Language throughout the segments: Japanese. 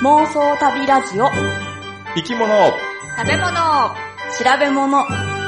妄想旅ラジオ。 生き物、 食べ物、 調べ物。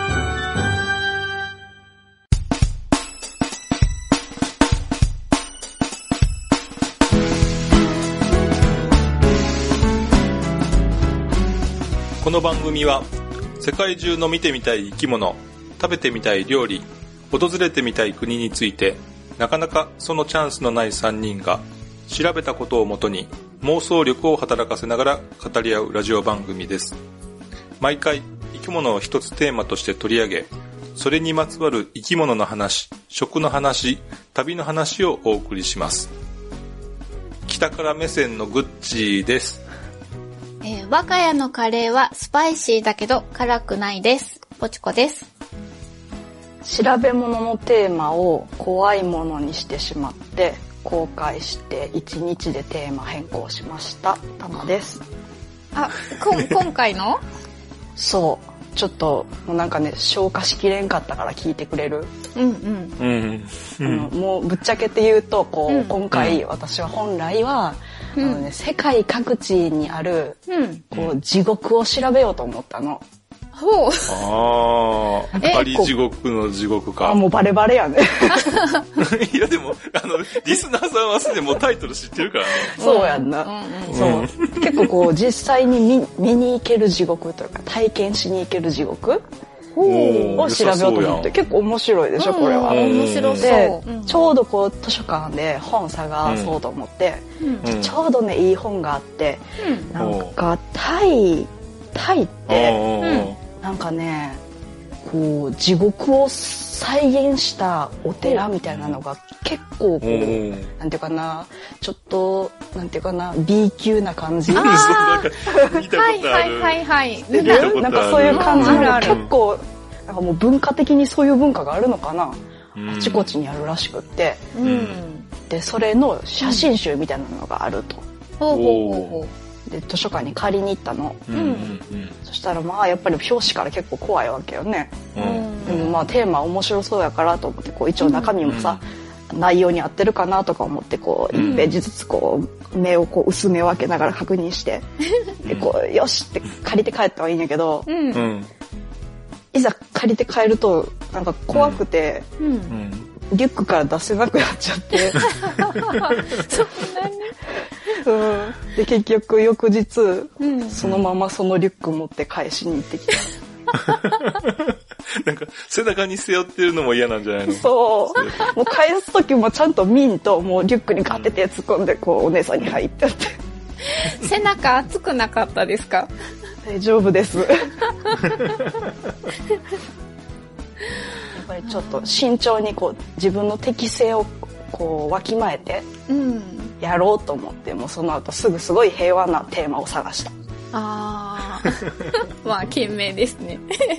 この番組は世界中の見てみたい生き物、食べてみたい料理、訪れてみたい国についてなかなかそのチャンスのない3人が調べたことをもとに妄想力を働かせながら語り合うラジオ番組です。毎回生き物を一つテーマとして取り上げ、それにまつわる生き物の話、食の話、旅の話をお送りします。北から目線のグッチーです。 我が家のカレーはスパイシーだけど辛くないです。ポチコです。 調べ物のテーマを怖いものにしてしまって後悔して1日でテーマ変更しました。たまです。 あ、今回のそうちょっともうなんかね消化しきれんかったから聞いてくれる。もうぶっちゃけて言うと今回私は本来は世界各地にある地獄を調べようと思ったの。 ほう。 バリ地獄の地獄か。 もうバレバレやね。 いやでもリスナーさんはすでにもうタイトル知ってるからね。 そうやんな。そう結構実際に見に行ける地獄というか体験しに行ける地獄を調べようと思って、結構面白いでしょこれは。 面白そう。 でちょうど図書館で本探そうと思って、ちょうどねいい本があって、なんかタイってなんかね地獄を再現したお寺みたいなのが結構なんていうかな、ちょっとなんていうかな B 級な感じ。 見たことある。 なんかそういう感じの結構なんかもう文化的にそういう文化があるのかな、あちこちにあるらしくって、でそれの写真集みたいなのがあると。で図書館に借りに行ったの。そしたらやっぱり表紙から結構怖いわけよね。でもテーマ面白そうやからと思って一応中身もさ、内容に合ってるかなとか思って1ページずつ目を薄め分けながら確認してでよしって借りて帰ったはいいんやけど、いざ借りて帰るとなんか怖くて、リュックから出せなくなっちゃって。 そんなにで結局翌日、そのままそのリュック持って返しに行ってきた。 なんか背中に背負ってるのも嫌なんじゃないの？ そうもう返す時もちゃんとミンともうリュックにガテて突っ込んでお姉さんに入ってって。 背中熱くなかったですか？ 大丈夫です。やっぱりちょっと慎重に自分の適性をわきまえてやろうと思って、もうその後すぐすごい平和なテーマを探した。 賢明ですね。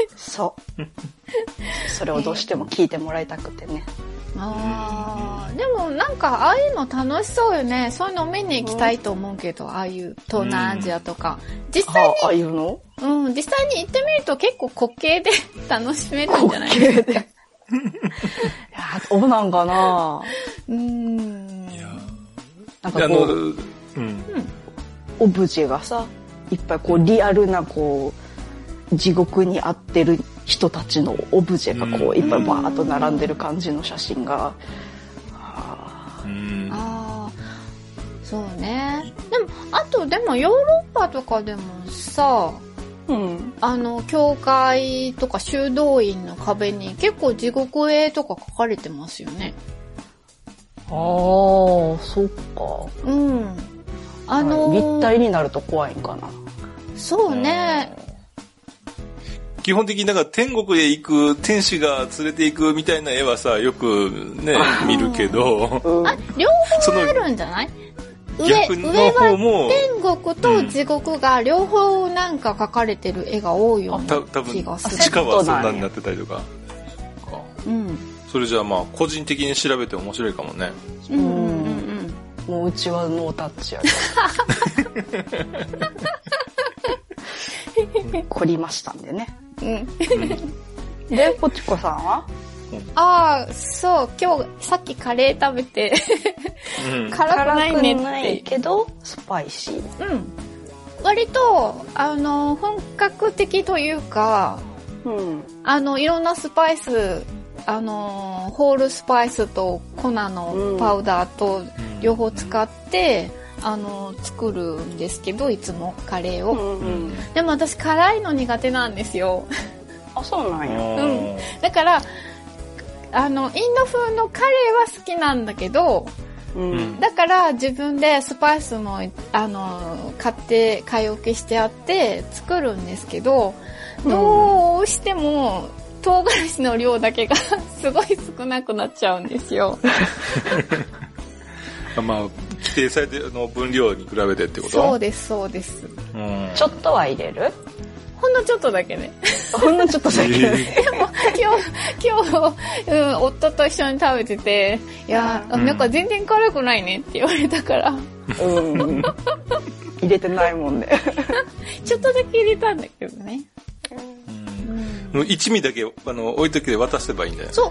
それをどうしても聞いてもらいたくてね。 でもなんかああいうの楽しそうよね。そういうの見に行きたいと思うけど、ああいう東南アジアとか実際にああいうの実際に行ってみると結構滑稽で楽しめるんじゃないですか。いやどうなんかな。なんかオブジェがさいっぱいリアルな地獄に遭ってる人たちのオブジェがいっぱいバーッと並んでる感じの写真が。 そうね。でもヨーロッパとかでもさ、教会とか修道院の壁に結構地獄絵とか描かれてますよね。 そっか。立体になると怖いんかな。そうね。 基本的になんか天国へ行く天使が連れて行くみたいな絵はさよくね見るけど、 両方あるんじゃない？ 逆の方も天国と地獄が両方なんか描かれてる絵が多いような気がする。 地下はそんなになってたりとか。それじゃあ個人的に調べて面白いかもね。 もううちはノータッチやから凝りましたんでね。でポチコさんは？ そう今日さっきカレー食べて辛くないねって。 辛くないけどスパイシー。 割と、本格的というか、いろんなスパイス、ホールスパイスと粉のパウダーと両方使って、作るんですけど、いつもカレーを。でも私辛いの苦手なんですよ。 あ、そうなんや。 だから、インド風のカレーは好きなんだけど、だから自分でスパイスも、買って買い置きしてあって作るんですけど、どうしても唐辛子の量だけがすごい少なくなっちゃうんですよ。 まあ、規定されての分量に比べてってこと？ そうです、そうです。 ちょっとは入れる？ ほんのちょっとだけね。 ほんのちょっとだけ。でも今日、夫と一緒に食べてて、いや、なんか全然辛くないねって言われたから。 入れてないもんね。 ちょっとだけ入れたんだけどね。 一味だけ、置いときで渡せばいいんだよ。 そう、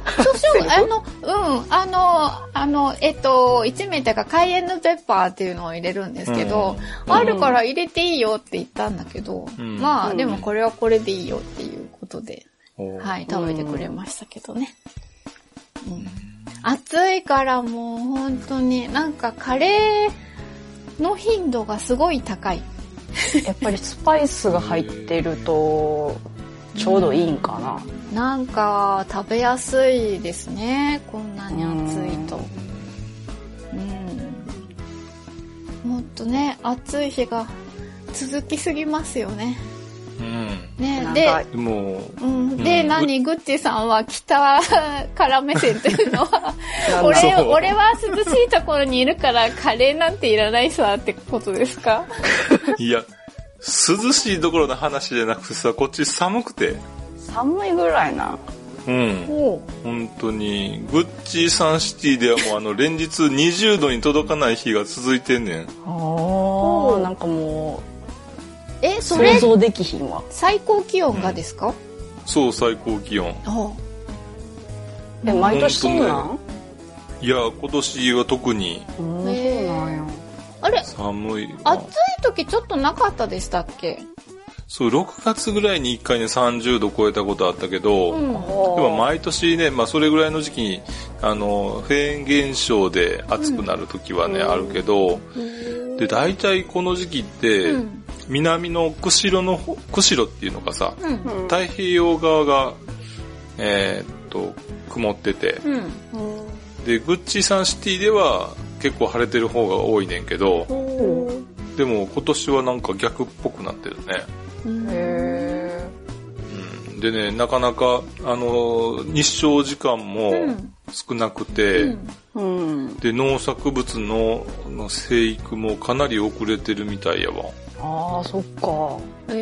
一味というか、カイエンヌペッパーっていうのを入れるんですけど、あるから入れていいよって言ったんだけど、まあ、でもこれはこれでいいよっていうことで、はい、食べてくれましたけどね。暑いからもう本当になんかカレーの頻度がすごい高い。 やっぱりスパイスが入ってると、ちょうどいいんかな。 なんか食べやすいですね。こんなに暑いと。もっとね、暑い日が続きすぎますよね。ね、で、グッチさんは北から目線というのは、俺は涼しいところにいるからカレーなんていらないさってことですか？ いや、涼しいどころの話じゃなくてさ、こっち寒くて。 寒いぐらいな。 本当に。グッチーサンシティではもう連日20度に届かない日が続いてんねん。 なんかもう、 それ想像できひんわ。 最高気温がですか？ そう、最高気温。 毎年そうなん？ いや、今年は特に。 そうなんや。 あれ？ 寒い。 暑い時ちょっとなかったでしたっけ？ そう、6月ぐらいに1回ね、30度超えたことあったけど、でも毎年ね、まあそれぐらいの時期に、フェーン現象で暑くなる時はね、あるけど、で、大体この時期って、南の釧路っていうのがさ、太平洋側が、曇ってて、で、グッチーサンシティでは結構晴れてる方が多いねんけど、でも今年はなんか逆っぽくなってるね。でね、なかなか、日照時間も少なくて、で、農作物の生育もかなり遅れてるみたいやわ。 ああ、そっか。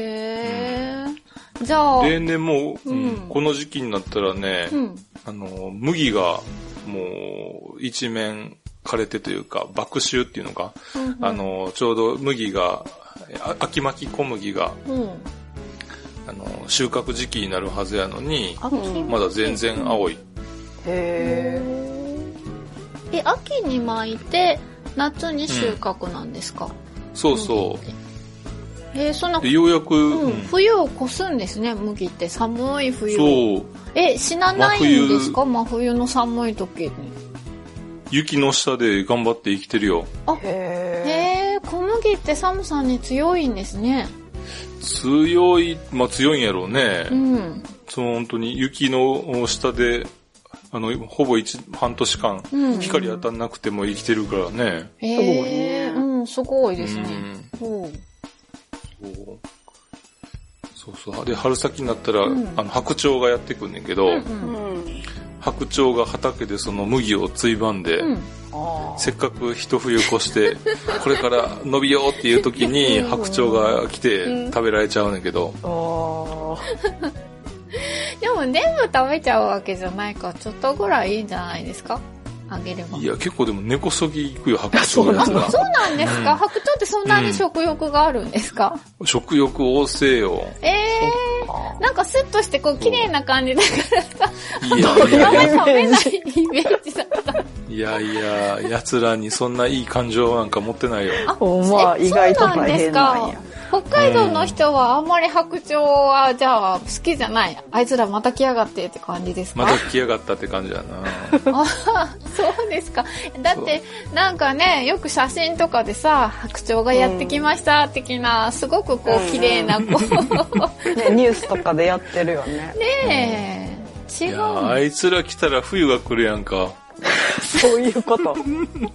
じゃあ。 例年も、この時期になったらね、麦がもう一面枯れてというか、麦秋っていうのが、ちょうど麦が、秋巻き小麦が、収穫時期になるはずやのに、まだ全然青い。 秋に巻いて、夏に収穫なんですか？ そうそう。 そのようやく、 冬を越すんですね、麦って寒い冬を。そう。 死なないんですか？真冬の寒い時に。 雪の下で頑張って生きてるよ。 小麦って寒さに強いんですね。 強いんやろうね。本当に雪の下で、ほぼ半年間、光当たんなくても生きてるからね。 すごいですね。 そう。で、春先になったら、白鳥がやってくんねんけど、白鳥が畑でその麦をついばんで、せっかく一冬越して、これから伸びようっていう時に白鳥が来て食べられちゃうねんけど。 でも全部食べちゃうわけじゃないから、ちょっとぐらいいいんじゃないですか？あげれば。 いや、結構でも根こそぎいくよ、白鳥のやつが。 そうなんですか？白鳥ってそんなに食欲があるんですか？ 食欲旺盛よ。 なんかスッとしてこう綺麗な感じだからさ、 いや食べないイメージだった。 いいやいや、奴らにそんないい感情なんか持ってないよ。 まあ意外と大変なんや。 北海道の人はあんまり白鳥はじゃあ好きじゃない。あいつらまた来やがってって感じですか？ また来やがったって感じだな。 あ、そうですか。だってなんかね、よく写真とかでさ、白鳥がやってきました的な、すごくこう綺麗なこう、 ね、ニュースとかでやってるよね。 ねえ、違う。 いや、あいつら来たら冬が来るやんか。 そういうこと。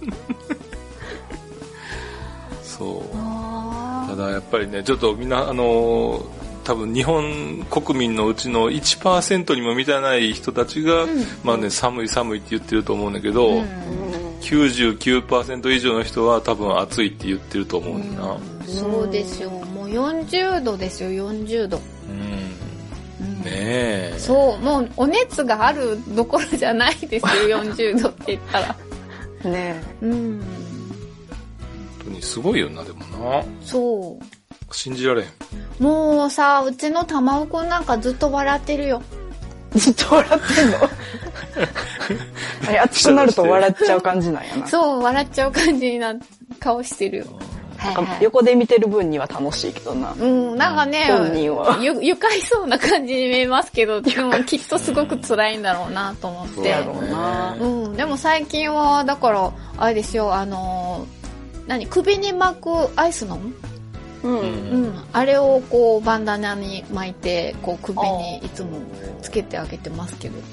そう。ただやっぱりね、ちょっとみんな多分日本国民のうちの 1% にも満たない人たちが、まあね、寒い寒いって言ってると思うんだけど、99% 以上の人は多分暑いって言ってると思うんだな。 そうですよ。もう40度ですよ、40度。 ねえ。 そう、もうお熱があるどころじゃないですよ、40度って言ったら。 ねえ。 本当にすごいよな、でもな。 そう。 信じられん。 もうさ、うちの玉尾くんなんかずっと笑ってるよ。 ずっと笑ってんの？あれ、暑くなると笑っちゃう感じなんやな。 そう、笑っちゃう感じな顔してるよ。 なんか横で見てる分には楽しいけどな。 なんかね、 本人は愉快そうな感じに見えますけど、でもきっとすごく辛いんだろうなと思って。そうやろうな。 でも最近は、だから、あれですよ、首に巻くアイスのあれをこうバンダナに巻いて、こう首にいつもつけてあげてますけど。や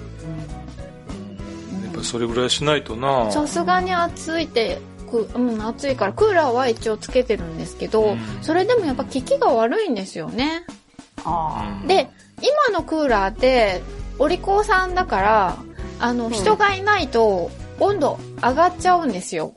っぱそれぐらいしないとな。 さすがに暑いって、暑いからクーラーは一応つけてるんですけど、それでもやっぱ効きが悪いんですよね。で、今のクーラーってお利口さんだから、人がいないと温度上がっちゃうんですよ。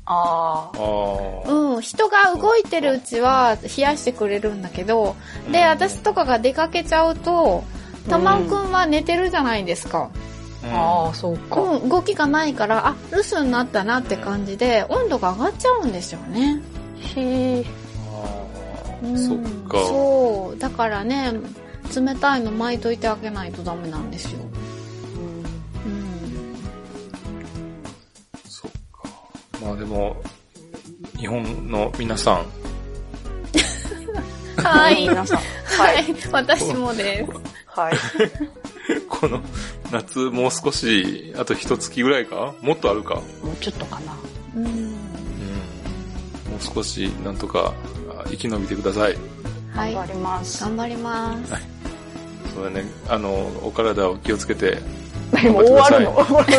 人が動いてるうちは冷やしてくれるんだけど、で、私とかが出かけちゃうと、たまんくんは寝てるじゃないですか。 そうか。 動きがないから、留守になったなって感じで、温度が上がっちゃうんですよね。 そっか。 そう。だからね、冷たいの巻いといてあげないとダメなんですよ。 そっか。まあでも、日本の皆さん。 はい。皆さん。はい。私もです。 はい。 この夏もう少し、あと一月ぐらいか？もっとあるか？ もうちょっとかな。 もう少しなんとか生き延びてください。 はい。 頑張ります。 頑張ります。はい。 そうだね。お体を気をつけて。 もう終わるの？こっ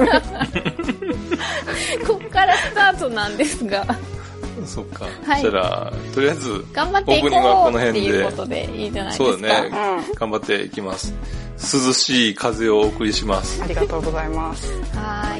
からスタートなんですが。 そっか。そしたら、とりあえず、 頑張っていこうっていうことでいいじゃないですか。 そうだね。頑張っていきます。涼しい風をお送りします。 ありがとうございます。 はい。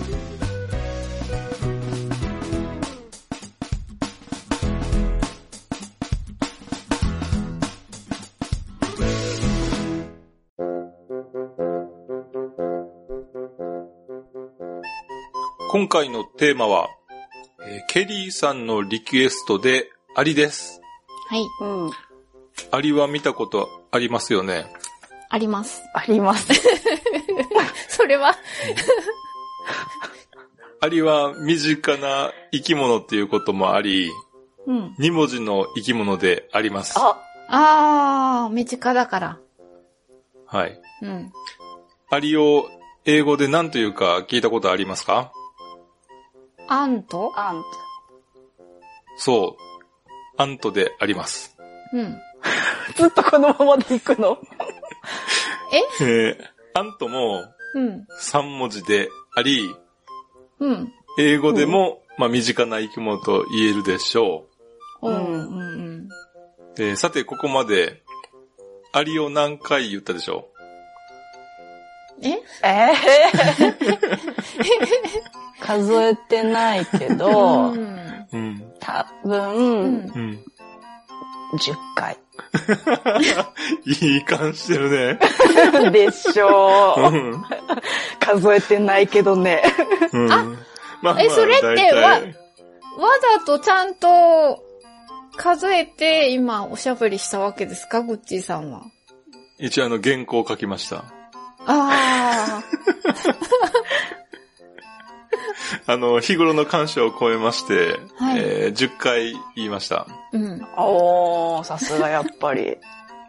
今回のテーマは、ケリーさんのリクエストでアリです。 はい。 アリは見たことありますよね？ あります。 あります。 それはアリは身近な生き物っていうこともあり、2文字の生き物であります。 身近だから。 はい。アリを英語で何というか聞いたことありますか？ アント？ そう。アントであります。 ずっとこのままで行くの？ アントも3文字であり、英語でも、身近な生き物と言えるでしょう。で、さてここまでアリを何回言ったでしょう？ 数えてないけど、多分、10回。 いい感じしてるね。 でしょう。数えてないけどね。 それってわざとちゃんと数えて今おしゃべりしたわけですか、グッチーさんは？ 一応原稿を書きました。 日頃の感謝を超えまして、 はい 10回言いました。 うん。 おー、さすがやっぱり。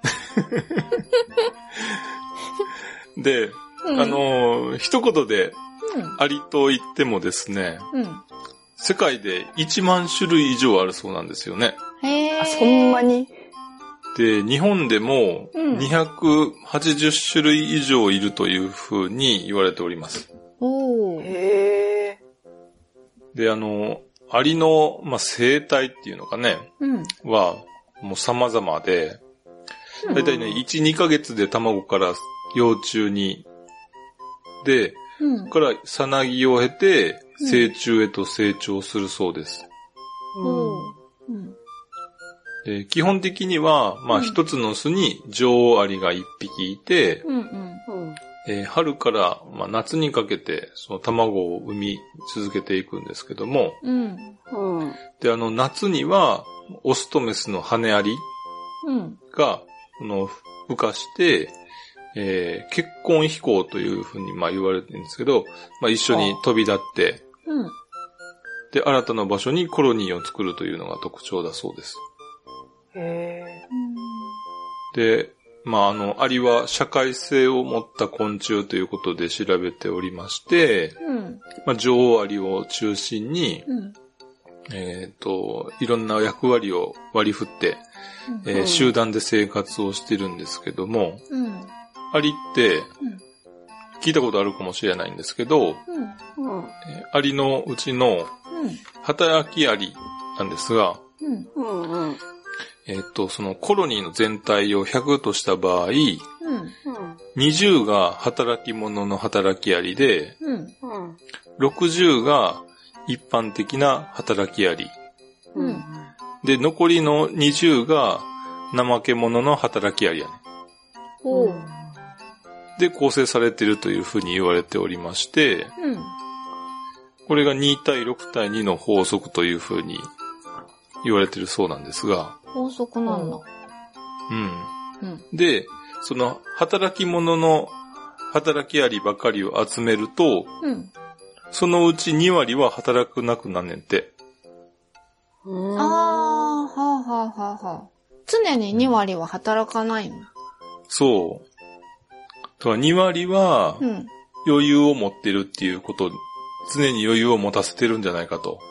で、一言で、ありと言ってもですね、世界で1万種類以上あるそうなんですよね。 へー。 そんなに？ で、日本でも280種類以上いるというふうに言われております。 おー。へー。で、アリの、生態っていうのかね、は、もう様々で、だいたいね、1、2ヶ月で卵から幼虫に、で、からさなぎを経て、成虫へと成長するそうです。で基本的には、一つの巣に女王アリが一匹いて、春から、夏にかけて、その卵を産み続けていくんですけども、で、夏には、オスとメスの羽アリが、孵化して、結婚飛行というふうに言われてるんですけど、一緒に飛び立って、で、新たな場所にコロニーを作るというのが特徴だそうです。で、アリは社会性を持った昆虫ということで調べておりまして、女王アリを中心に、いろんな役割を割り振って、集団で生活をしてるんですけども、アリって、聞いたことあるかもしれないんですけど、アリのうちの働きアリなんですが、そのコロニーの全体を100とした場合、20が働き者の働きアリで、60が一般的な働きアリ。で、残りの20が怠け者の働きアリやね。で、構成されているというふうに言われておりまして、これが2対6対2の法則というふうに言われているそうなんですが。 法則なんだ。 で、その働き者の働きアリばかりを集めると、そのうち2割は働くなくなんねんて。 常に2割は働かないの？ そう。とは2割は余裕を持ってるっていうこと、常に余裕を持たせてるんじゃないかと。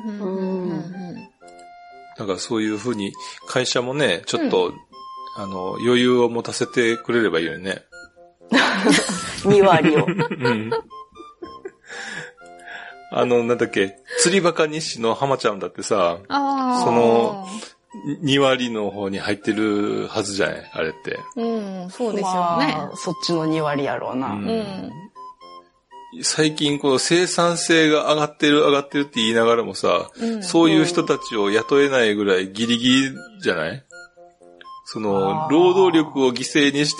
だからそういうふうに会社もね、ちょっと、余裕を持たせてくれればいいよね。 2割を。 なんだっけ、釣りバカ日誌の浜ちゃんだってさ、その、2割の方に入ってるはずじゃないあれって。 そうでしょうね。 そっちの2割やろうな。 最近この生産性が上がってるって言いながらもさ、そういう人たちを雇えないぐらいギリギリじゃない？その、労働力を犠牲にして、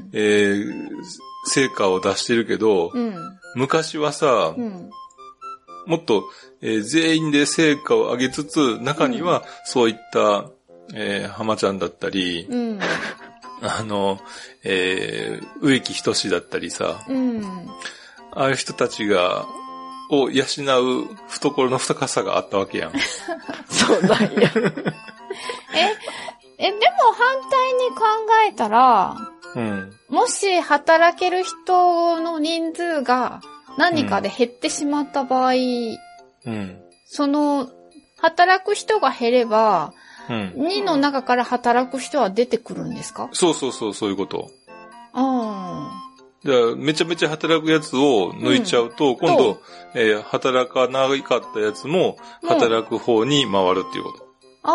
成果を出してるけど、昔はさ、もっと、全員で成果を上げつつ、中にはそういった、浜ちゃんだったり、植木仁だったりさ、ああいう人たちを養う懐の深さがあったわけやん。 そうなんや。 でも反対に考えたら、もし働ける人の人数が何かで減ってしまった場合、その、働く人が減れば、2の中から働く人は出てくるんですか？ そういうこと。めちゃめちゃ働くやつを抜いちゃうと、今度、働かなかったやつも、働く方に回るっていうこと。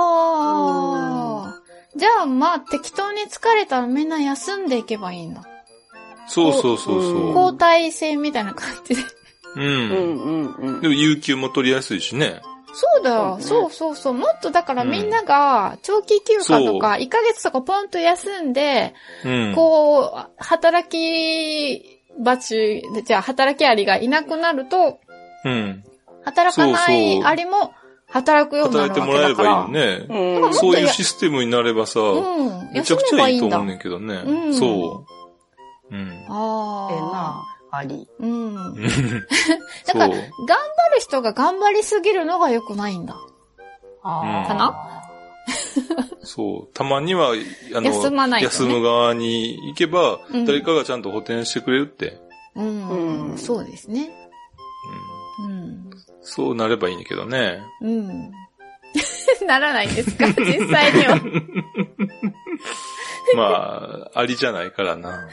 じゃあ適当に疲れたらみんな休んでいけばいいんだ。 そう。 交代制みたいな感じで。 でも有給も取りやすいしね。 そうだよ。そう。もっとだからみんなが長期休暇とか1ヶ月とかポンと休んで、こう、働きアリがいなくなると、働かないアリも働くようになるわけだから。 働いてもらえばいいよね。そういうシステムになればさ、めちゃくちゃいいと思うねんけどね。そう。 アリ。 うん。だから、頑張る人が頑張りすぎるのが良くないんだ。かなそう。たまには、 休まないとね。 休む側に行けば、誰かがちゃんと補填してくれるって。 そうですね。 そうなればいいんだけどね。 ならないんですか実際には。 まあ、ありじゃないからな。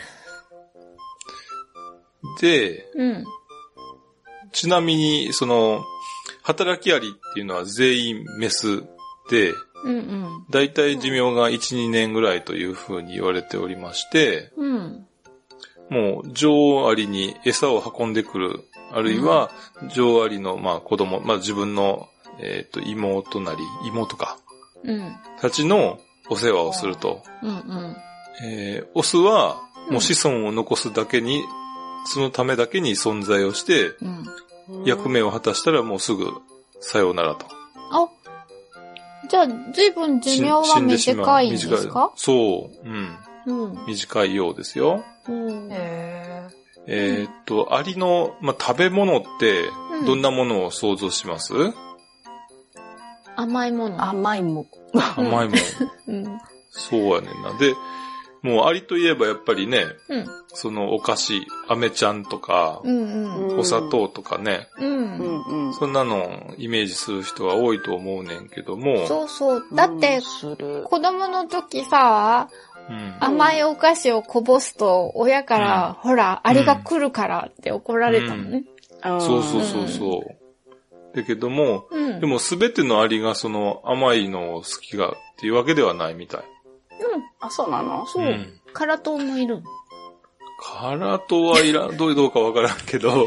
で、ちなみに、働きアリっていうのは全員メスで、だいたい寿命が1、2年ぐらいというふうに言われておりまして、もう女王アリに餌を運んでくる、あるいは女王アリの子供、自分の、妹なり、妹か、たちのお世話をすると。オスはもう子孫を残すだけに、そのためだけに存在をして、役目を果たしたらもうすぐさようならと。 じゃあ、随分寿命は短いんですか？ そう。短いようですよ。アリの、食べ物って、どんなものを想像します？ 甘いもの。 甘いもの。そうやねんな。で、もうアリといえばやっぱりね、お菓子、飴ちゃんとか、お砂糖とかね、そんなのイメージする人は多いと思うねんけども。 そうそう。だって、子供の時さ、甘いお菓子をこぼすと、親から、ほら、アリが来るからって怒られたのね。 そう。だけども、でもすべてのアリが甘いのを好きがっていうわけではないみたい。 そうなの？ そう。カラトもいる。 カラトはいらん、どうかわからんけど、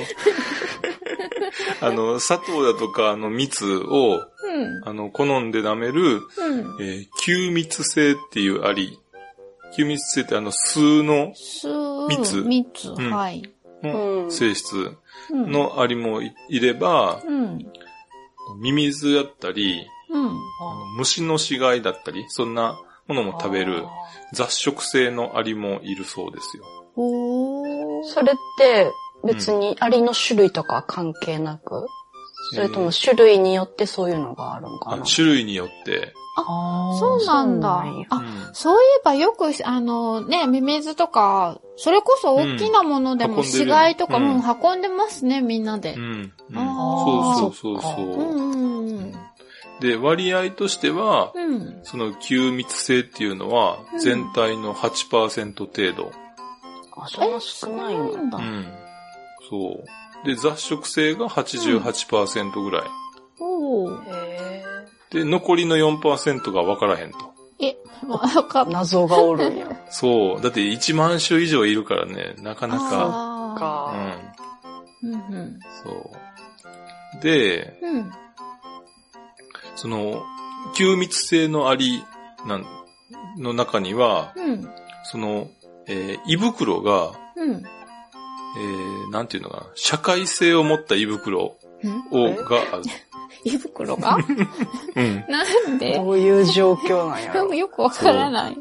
砂糖だとか蜜を、好んで舐める、吸蜜性っていうアリ。吸蜜性って巣の蜜。 はい。 性質のアリもいれば、ミミズだったり、虫の死骸だったり、そんなものも食べる雑食性のアリもいるそうですよ。 それって別にアリの種類とかは関係なく、それとも種類によってそういうのがあるのかな？ 種類によって。 そうなんだ。そういえばよく、ミミズとか、それこそ大きなものでも死骸とかも運んでますね、みんなで。 そう。で、割合としては、その吸蜜性っていうのは、全体の 8% 程度。 そんな少ないんだ。 そう。で、雑食性が 88% ぐらい。で、残りの 4% が分からへんと。 謎がおるんや。 そう。だって1万種以上いるからね、なかなか。そう。で、吸蜜性のアリの中には、胃袋が、なんていうのかな、社会性を持った胃袋がある。 胃袋がなんでどういう状況なんやろ。 よくわからない。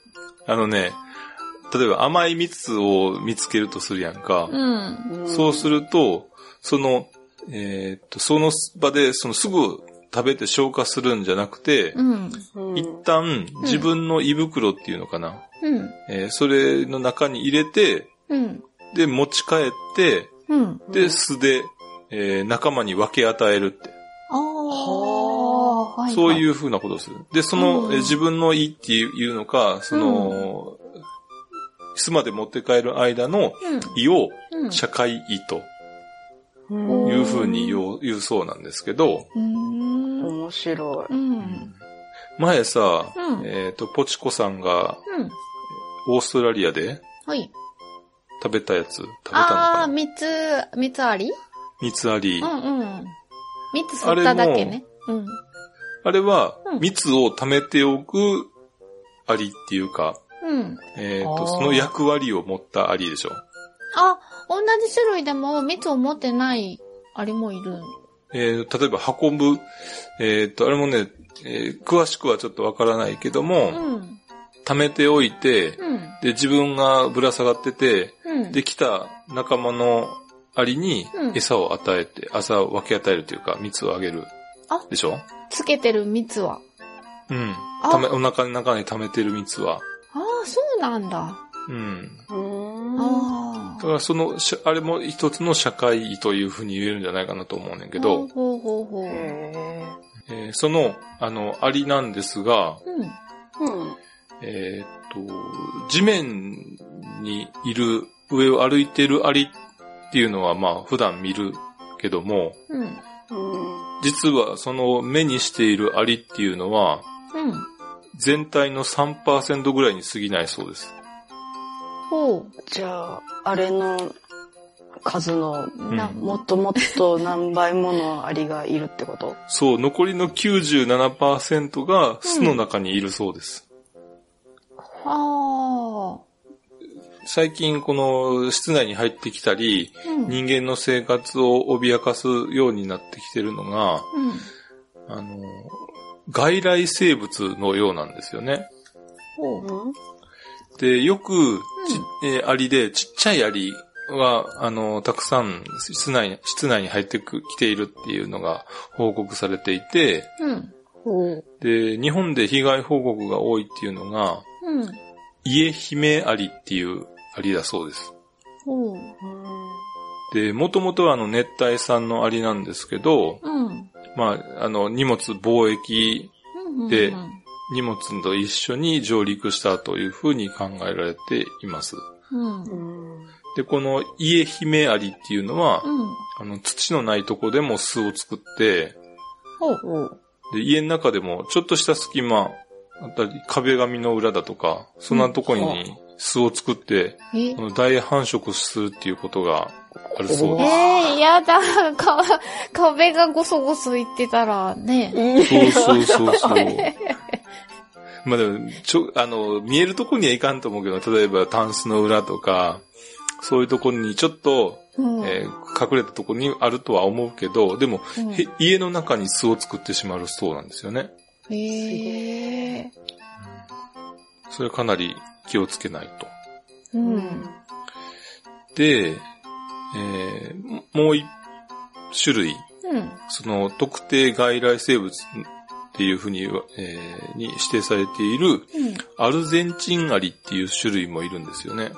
例えば甘い蜜を見つけるとするやんか。そうすると、その場ですぐ食べて消化するんじゃなくて、一旦自分の胃袋っていうのかな。それの中に入れて、で、持ち帰って、で、巣で、仲間に分け与えるって。そういう風なことをする。で、自分の胃っていうのか、巣まで持って帰る間の胃を社会胃という風に言うそうなんですけど。 面白い。 前さ、ポチコさんが、オーストラリアで食べたやつ、食べたのかな？ 蜜あり？ 蜜あり。 蜜吸っただけね。 あれは、蜜を溜めておくアリっていうか、その役割を持ったアリでしょ。 同じ種類でも蜜を持ってないアリもいる。 例えば運ぶ、あれもね、詳しくはちょっとわからないけども、溜めておいて、で、自分がぶら下がってて、 で、来た仲間のアリに餌を与えて、朝分け与えるというか、蜜をあげる。でしょ？ つけてる蜜は。 うん。お腹の中に溜めてる蜜は。 ああ、そうなんだ。 うん。だからあれも一つの社会というふうに言えるんじゃないかなと思うねんけど、その、アリなんですが、地面にいる、上を歩いてるアリっていうのはまあ普段見るけども、実はその目にしているアリっていうのは、全体の 3% ぐらいに過ぎないそうです。 じゃあ、あれの数の、もっともっと何倍ものアリがいるってこと？ そう、残りの 97% が巣の中にいるそうです。最近この室内に入ってきたり、人間の生活を脅かすようになってきてるのが、外来生物のようなんですよね。で、よく、アリでちっちゃいアリが、たくさん室内に入ってきているっていうのが報告されていて、で、日本で被害報告が多いっていうのが、イエヒメアリっていうアリだそうです。で、もともとは熱帯産のアリなんですけど、まあ、荷物貿易で、荷物と一緒に上陸したというふうに考えられています。で、このイエヒメアリっていうのは、土のないとこでも巣を作って、で、家の中でもちょっとした隙間、あったり壁紙の裏だとか、そんなとこに巣を作って、大繁殖するっていうことがあるそうです。 やだ、壁がゴソゴソいってたらね。 そう。まあでも、見えるとこにはいかんと思うけど、例えばタンスの裏とか、そういうとこにちょっと、隠れたとこにあるとは思うけど、でも、家の中に巣を作ってしまうそうなんですよね。それかなり気をつけないと。で、もう一種類、その特定外来生物っていうふうに、に指定されている、アルゼンチンアリっていう種類もいるんですよね。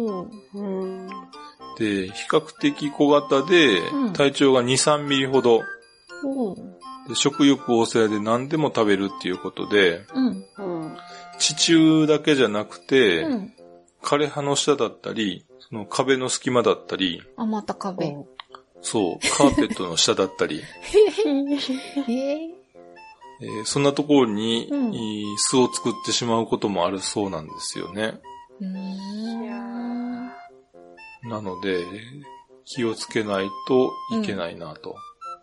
で、比較的小型で、体長が2、3ミリほど、で食欲旺盛で何でも食べるっていうことで、地中だけじゃなくて、枯葉の下だったり、その壁の隙間だったり、 また壁。 そう、カーペットの下だったり、そんなところに、巣を作ってしまうこともあるそうなんですよね。なので、気をつけないといけないなと。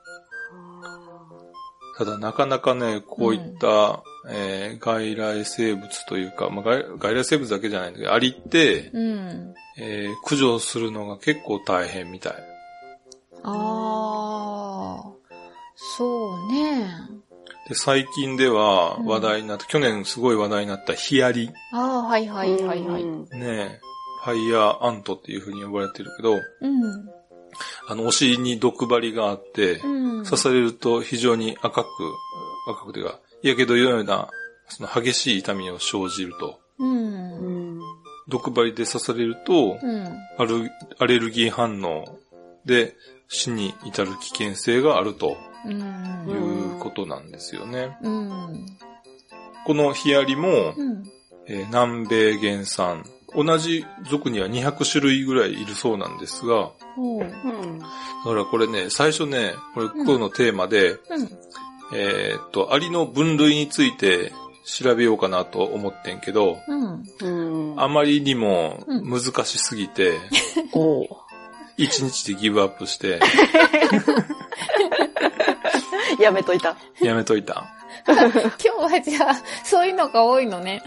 ただなかなかね、こういった、外来生物というか、まあ、外来生物だけじゃないんだけど、アリって、駆除するのが結構大変みたい。 そうね。 で、最近では話題になった、去年すごい話題になったヒアリ。ねえ、ファイヤーアントっていう風に呼ばれてるけど、お尻に毒針があって、刺されると非常に赤くてか、やけどのような、その激しい痛みを生じると。毒針で刺されると、アレルギー反応で死に至る危険性があるということなんですよね。このヒアリも、南米原産、同じ属には200種類ぐらいいるそうなんですが、だからこれね、最初ね、今日のテーマで、アリの分類について調べようかなと思ってんけど、あまりにも難しすぎて、1日でギブアップして、 やめといた。 今日はじゃあ、そういうのが多いのね。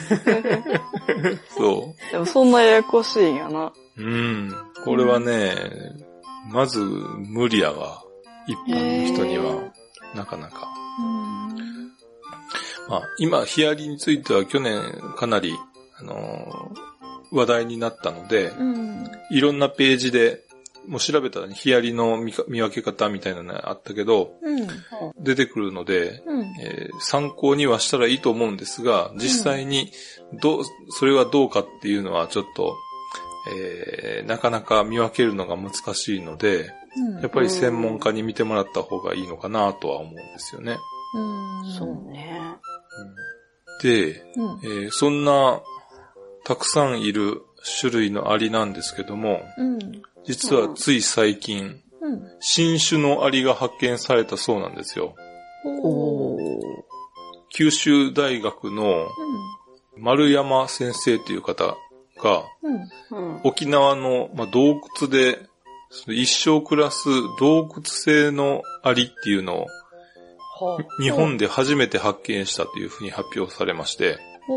そう。 でもそんなややこしいんやな。 これはね、まず無理やわ。一般の人には、なかなか。まあ、今、ヒアリについては去年かなり、 話題になったので、いろんなページで、もう調べたら、ね、ヒアリの見分け方みたいなのがあったけど、出てくるので、参考にはしたらいいと思うんですが、実際にそれはどうかっていうのはちょっと、なかなか見分けるのが難しいので、やっぱり専門家に見てもらった方がいいのかなとは思うんですよね。 そうね。 で、そんなたくさんいる種類のアリなんですけども、実はつい最近、新種のアリが発見されたそうなんですよ。九州大学の丸山先生という方が、沖縄の洞窟で一生暮らす洞窟性のアリっていうのを日本で初めて発見したというふうに発表されまして、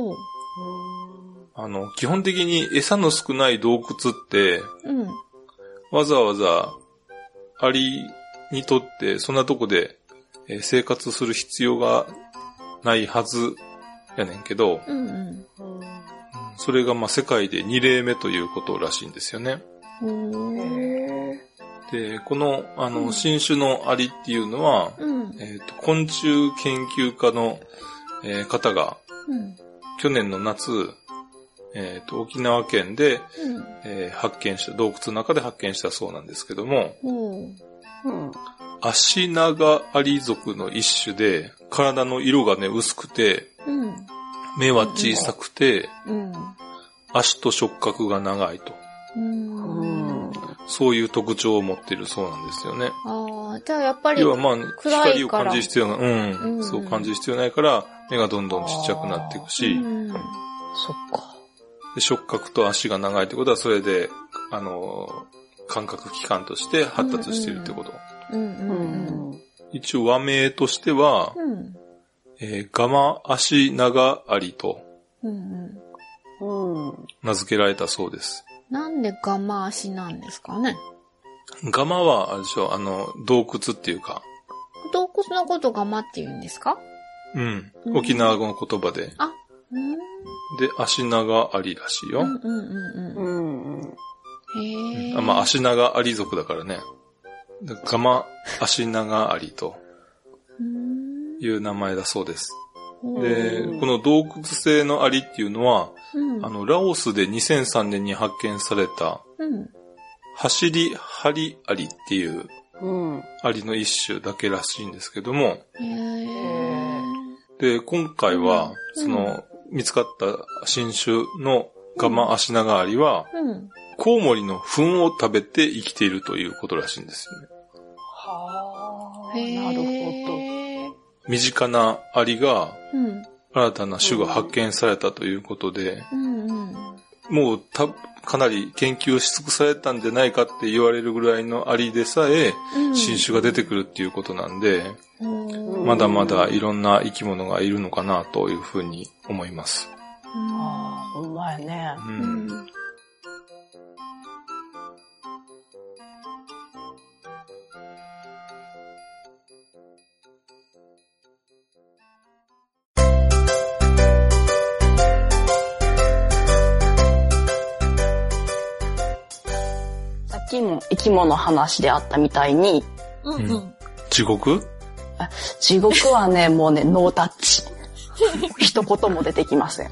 基本的に餌の少ない洞窟って、わざわざアリにとってそんなとこで生活する必要がないはずやねんけど、それが世界で2例目ということらしいんですよね。で、この新種のアリっていうのは、昆虫研究家の、方が、去年の夏、沖縄県で、発見した、洞窟の中で発見したそうなんですけども、アシナガアリ属の一種で、体の色がね、薄くて、目は小さくて、足と触覚が長いと。そういう特徴を持っているそうなんですよね。 じゃあやっぱり、 要は光を感じる必要が、そう感じる必要ないから、目がどんどんちっちゃくなっていくし、 そっか。 で触覚と足が長いってことは、それで、感覚器官として発達しているってこと。一応和名としては、ガマアシナガアリと、名付けられたそうです。 なんでガマアシなんですかね。 ガマは、あれでしょ、洞窟っていうか。 洞窟のことガマって言うんですか？ 沖縄語の言葉で。で、アシナガアリらしいよ。アシナガアリ族だからね。ガマアシナガアリという名前だそうです。で、この洞窟性のアリっていうのは、ラオスで2003年に発見された、走りハリアリっていうアリの一種だけらしいんですけども、で、今回は、見つかった新種のガマアシナガアリは、コウモリの糞を食べて生きているということらしいんですよね。 なるほど。 身近なアリが、新たな種が発見されたということで、もうかなり研究し尽くされたんじゃないかって言われるぐらいのアリでさえ、新種が出てくるっていうことなんで、まだまだいろんな生き物がいるのかなというふうに思います。 ほんまやね。さっきも生き物話であったみたいに、 地獄？ 地獄はね、もうね、ノータッチ。一言も出てきません。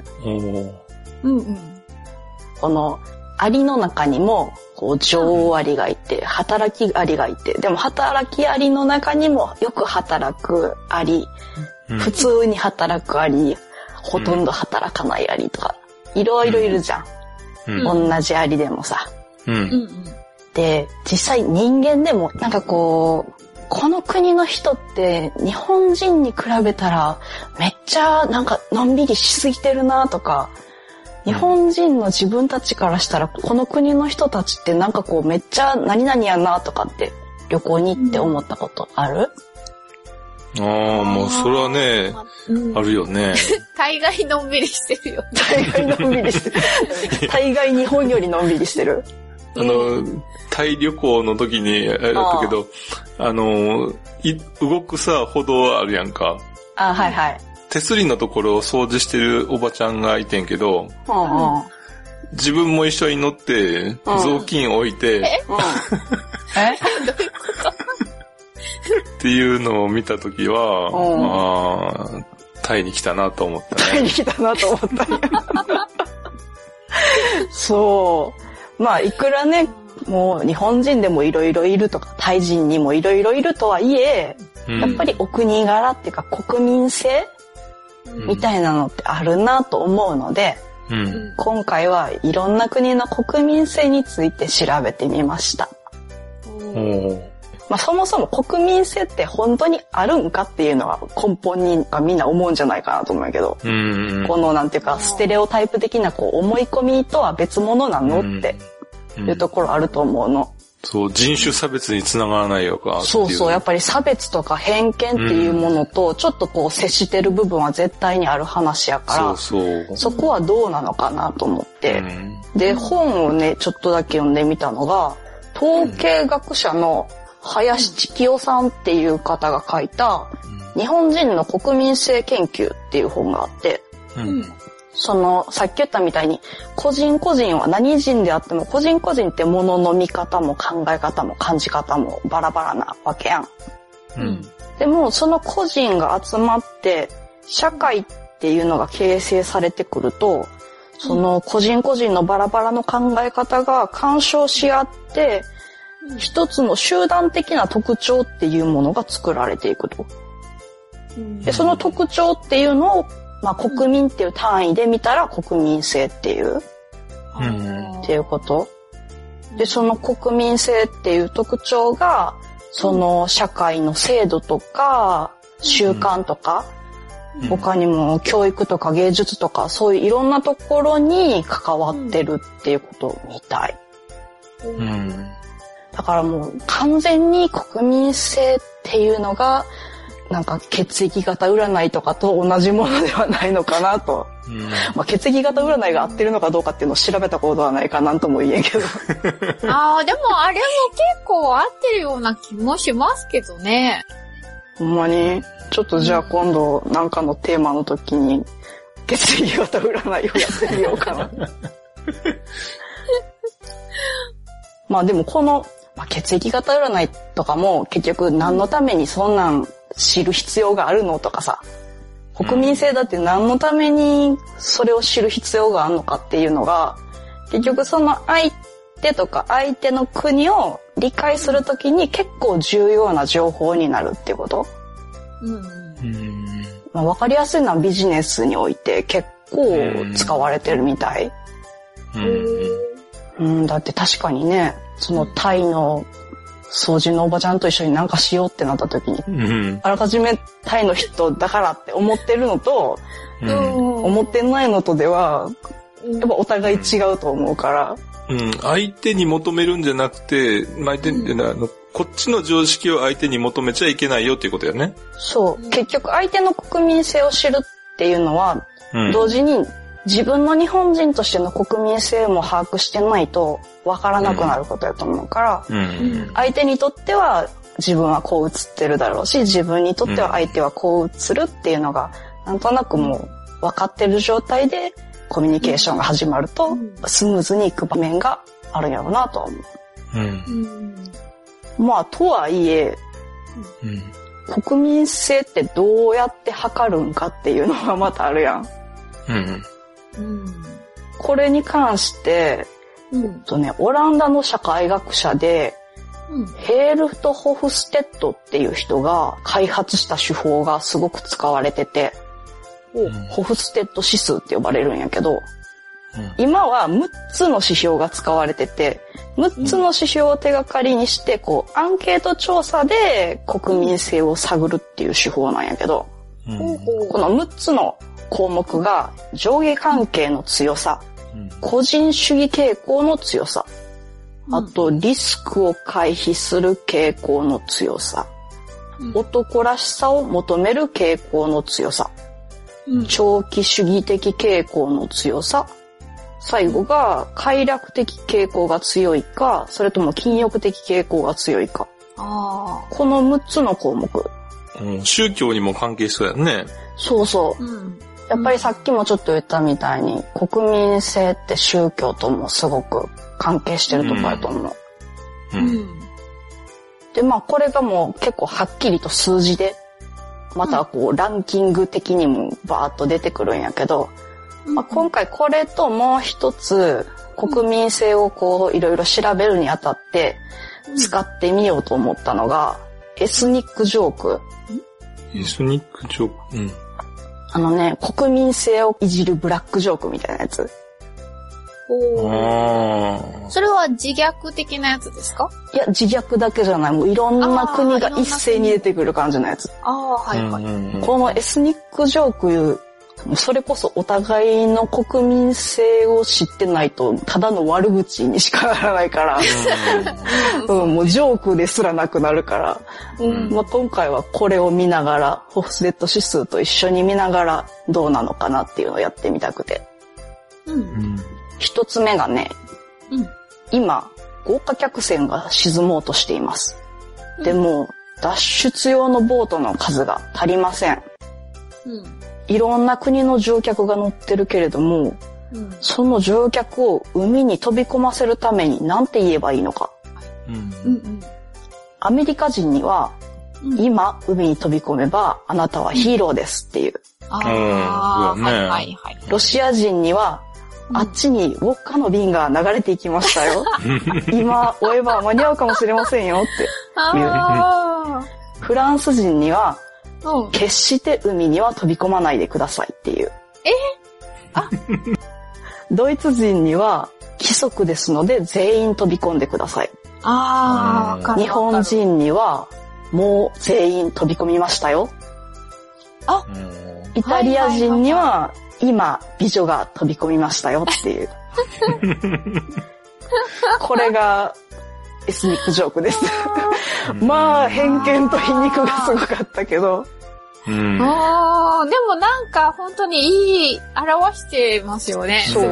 この、アリの中にも、女王アリがいて、働きアリがいて、でも働きアリの中にもよく働くアリ、普通に働くアリ、ほとんど働かないアリとか、いろいろいるじゃん。同じアリでもさ。で、実際人間でもなんかこの国の人って日本人に比べたらめっちゃなんかのんびりしすぎてるなとか、日本人の自分たちからしたらこの国の人たちってなんかめっちゃ何々やなとかって旅行に行って思ったことある？ もうそれはね、あるよね。 大概のんびりしてるよ。 大概のんびりしてる。大概日本よりのんびりしてる。 タイ旅行の時にやったけど、動くさ、歩道あるやんか。 はいはい。 手すりのところを掃除してるおばちゃんがいてんけど、 自分も一緒に乗って、雑巾置いて、 どういうことっていうのを見たときは、タイに来たなと思ったね。 タイに来たなと思ったね。そう。まあ、いくらね、もう日本人でもいろいろいるとか、タイ人にもいろいろいるとはいえ、やっぱりお国柄っていうか国民性みたいなのってあるなと思うので、今回はいろんな国の国民性について調べてみました。まあ、そもそも国民性って本当にあるんかっていうのは根本にみんな思うんじゃないかなと思うけど、このなんていうかステレオタイプ的なこう思い込みとは別物なのっていうところあると思うの。 そう、人種差別につながらないよか。 そうそう、やっぱり差別とか偏見っていうものとちょっとこう接してる部分は絶対にある話やから、そこはどうなのかなと思って、で、本をね、ちょっとだけ読んでみたのが、統計学者の林千清さんっていう方が書いた日本人の国民性研究っていう本があって、そのさっき言ったみたいに個人個人は何人であっても個人個人って物の見方も考え方も感じ方もバラバラなわけやん。でもその個人が集まって社会っていうのが形成されてくると、その個人個人のバラバラの考え方が干渉し合って一つの集団的な特徴っていうものが作られていくと。で、その特徴っていうのを、まあ、国民っていう単位で見たら国民性っていう、っていうこと。で、その国民性っていう特徴が、その社会の制度とか、習慣とか、他にも教育とか芸術とか、そういういろんなところに関わってるっていうことみたい。だからもう完全に国民性っていうのがなんか血液型占いとかと同じものではないのかなと。まあ、血液型占いが合ってるのかどうかっていうのを調べたことはないかなんとも言えんけど。 でもあれも結構合ってるような気もしますけどね。 ほんまにちょっとじゃあ今度なんかのテーマの時に血液型占いをやってみようかな。まあでもこの血液型占いとかも結局何のためにそんなん知る必要があるのとかさ、国民性だって何のためにそれを知る必要があるのかっていうのが、結局その相手とか相手の国を理解するときに結構重要な情報になるっていうこと。まあ、わかりやすいのはビジネスにおいて結構使われてるみたい。だって確かにね、そのタイの掃除のおばちゃんと一緒になんかしようってなった時に、あらかじめタイの人だからって思ってるのと、思ってないのとでは、やっぱお互い違うと思うから。 相手に求めるんじゃなくて、こっちの常識を相手に求めちゃいけないよっていうことよね。 そう。結局相手の国民性を知るっていうのは、同時に自分の日本人としての国民性も把握してないと分からなくなることやと思うから、相手にとっては自分はこう映ってるだろうし、自分にとっては相手はこう映るっていうのがなんとなくもう分かってる状態でコミュニケーションが始まるとスムーズにいく場面があるんやろうなとは思う。まあとはいえ、国民性ってどうやって測るんかっていうのがまたあるやん。これに関して、オランダの社会学者で、ヘールト・ホフステッドっていう人が開発した手法がすごく使われてて、ホフステッド指数って呼ばれるんやけど、今は6つの指標が使われてて、6つの指標を手がかりにして、こう、アンケート調査で国民性を探るっていう手法なんやけど、この6つの項目が上下関係の強さ、個人主義傾向の強さ、あとリスクを回避する傾向の強さ、男らしさを求める傾向の強さ、長期主義的傾向の強さ、最後が快楽的傾向が強いか、それとも禁欲的傾向が強いか。この6つの項目。 宗教にも関係しそうやね。 そうそう。 やっぱりさっきもちょっと言ったみたいに、国民性って宗教ともすごく関係してるところだと思う。で、まあこれがもう結構はっきりと数字で、またこうランキング的にもバーッと出てくるんやけど、まあ、今回これともう一つ国民性をこういろいろ調べるにあたって使ってみようと思ったのが、エスニックジョーク。 エスニックジョーク。 国民性をいじるブラックジョークみたいなやつ。 それは自虐的なやつですか？ いや、自虐だけじゃない。もういろんな国が一斉に出てくる感じのやつ。このエスニックジョーク、それこそお互いの国民性を知ってないと、ただの悪口にしかならないから、もうジョークですらなくなるから、まあ、今回はこれを見ながら、ホフスレット指数と一緒に見ながらどうなのかなっていうのをやってみたくて。一つ目がね、今、豪華客船が沈もうとしています。でも、脱出用のボートの数が足りません。いろんな国の乗客が乗ってるけれども、その乗客を海に飛び込ませるために何て言えばいいのか。アメリカ人には、今海に飛び込めばあなたはヒーローですっていう。ロシア人には、あっちにウォッカの瓶が流れていきましたよ。今追えば間に合うかもしれませんよっていう。フランス人には、決して海には飛び込まないでくださいっていう。ドイツ人には規則ですので全員飛び込んでください。日本人にはもう全員飛び込みましたよ。イタリア人には今美女が飛び込みましたよっていう。これがエスニックジョークです。まあ偏見と皮肉がすごかったけど。 でもなんか本当にいい表してますよね。 そう。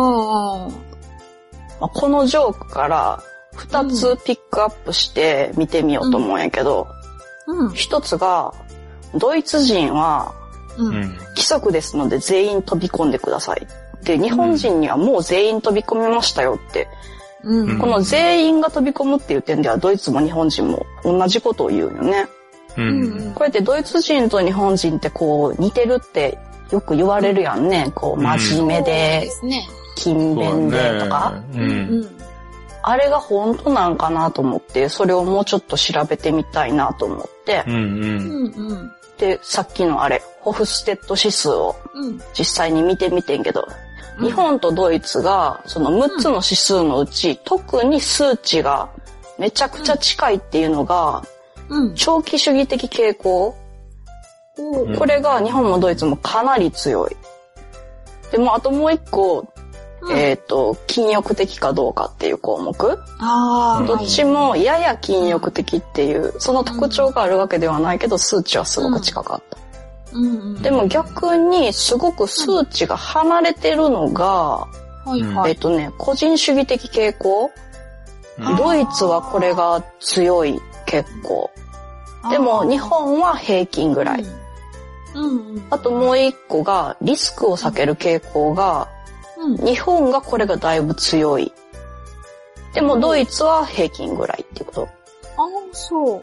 このジョークから2つピックアップして見てみようと思うんやけど、1つがドイツ人は規則ですので全員飛び込んでください。で、日本人にはもう全員飛び込みましたよって。この全員が飛び込むっていう点ではドイツも日本人も同じことを言うよね。これってドイツ人と日本人ってこう似てるってよく言われるやんね。こう真面目で、勤勉でとか。あれが本当なんかなと思って、それをもうちょっと調べてみたいなと思って。で、さっきのあれ、ホフステッド指数を実際に見てみてんけど、日本とドイツがその6つの指数のうち、特に数値がめちゃくちゃ近いっていうのが、長期主義的傾向。これが日本もドイツもかなり強い。でもあともう一個、禁欲的かどうかっていう項目。どっちもやや禁欲的っていう、その特徴があるわけではないけど、数値はすごく近かった。でも逆にすごく数値が離れてるのが、個人主義的傾向。ドイツはこれが強い結構。でも日本は平均ぐらい。あともう一個がリスクを避ける傾向が、日本がこれがだいぶ強い。でもドイツは平均ぐらいっていうこと。そう。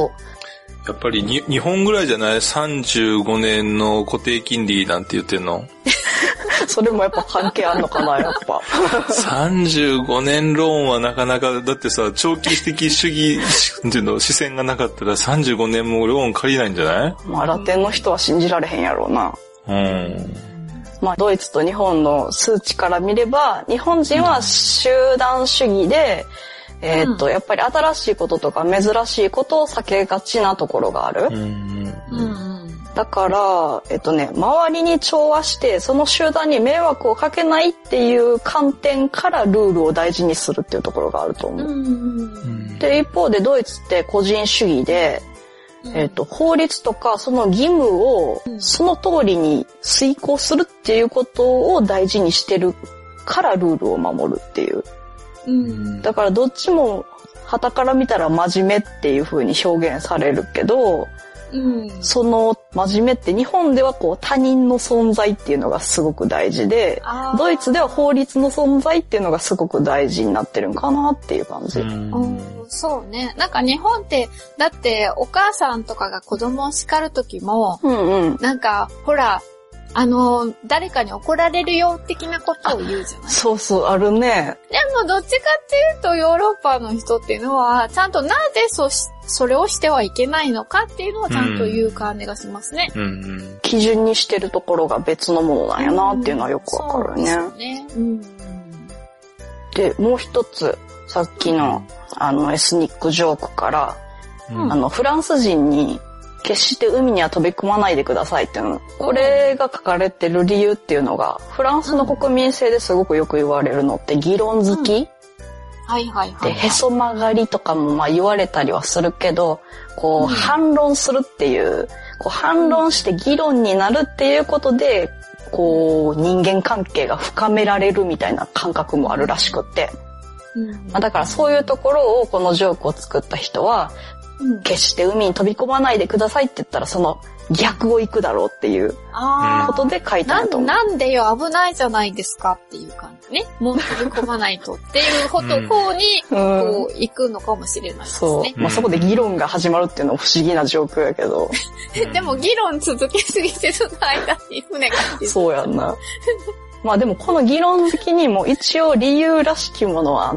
やっぱり日本ぐらいじゃない？ 35 年の固定金利なんて言ってんの？ それもやっぱ関係あんのかな、やっぱ。 35年ローンはなかなか、だってさ、長期的主義っていうの、視線がなかったら35年もローン借りないんじゃない？ まあ、ラテンの人は信じられへんやろうな。まあ、ドイツと日本の数値から見れば、日本人は集団主義で、やっぱり新しいこととか珍しいことを避けがちなところがある。だから、周りに調和して、その集団に迷惑をかけないっていう観点からルールを大事にするっていうところがあると思う。で、一方でドイツって個人主義で、法律とかその義務をその通りに遂行するっていうことを大事にしてるからルールを守るっていう。だからどっちも傍から見たら真面目っていう風に表現されるけど、その真面目って日本ではこう他人の存在っていうのがすごく大事で、ドイツでは法律の存在っていうのがすごく大事になってるんかなっていう感じ。 そうね。なんか日本って、だってお母さんとかが子供を叱るときも、なんかほら、誰かに怒られるよ的なことを言うじゃない？ そうそう、あるね。 でもどっちかっていうとヨーロッパの人っていうのは、ちゃんとなぜそれをしてはいけないのかっていうのをちゃんと言う感じがしますね。 基準にしてるところが別のものなんやなっていうのはよくわかるね。 そうですね。 で、もう一つ、さっきのエスニックジョークから、フランス人に決して海には飛び込まないでくださいっていうの。これが書かれてる理由っていうのが、フランスの国民性ですごくよく言われるのって議論好き、で、へそ曲がりとかもまあ言われたりはするけど、こう反論するっていう、こう反論して議論になるっていうことで、こう人間関係が深められるみたいな感覚もあるらしくって。まあ、だからそういうところをこのジョークを作った人は、決して海に飛び込まないでくださいって言ったらその逆を行くだろうっていうことで書いたと思う。 なんでよ、危ないじゃないですかっていう感じね。もう飛び込まないとっていう方にこう行くのかもしれないですね。 そう。まあ、そこで議論が始まるっていうのは不思議なジョークやけど。 でも議論続けすぎてその間に船が来てそうやんな。まあでもこの議論好きにも一応理由らしきものはあって、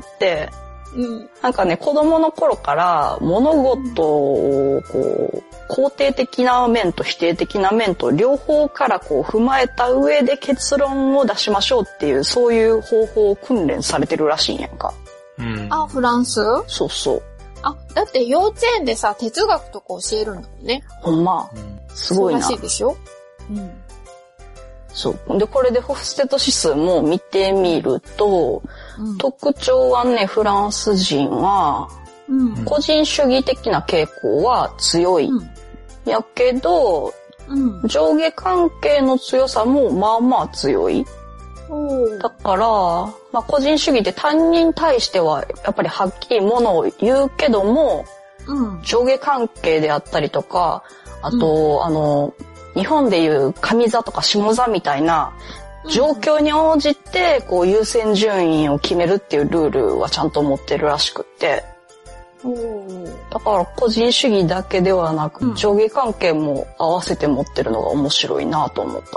なんかね、子供の頃から物事をこう肯定的な面と否定的な面と両方からこう踏まえた上で結論を出しましょうっていうそういう方法を訓練されてるらしいんやんか。 フランス？ そうそう。 だって幼稚園でさ、哲学とか教えるんだもんね。 ほんま。すごいな。 そうらしいでしょ？ そう。で、これでホフステッド指数も見てみると、特徴はね、フランス人は、個人主義的な傾向は強い。やけど、上下関係の強さもまあまあ強い。だから、まあ個人主義って他人に対してはやっぱりはっきりものを言うけども、上下関係であったりとか、あと、日本でいう上座とか下座みたいな状況に応じてこう優先順位を決めるっていうルールはちゃんと持ってるらしくって、だから個人主義だけではなく上下関係も合わせて持ってるのが面白いなと思った。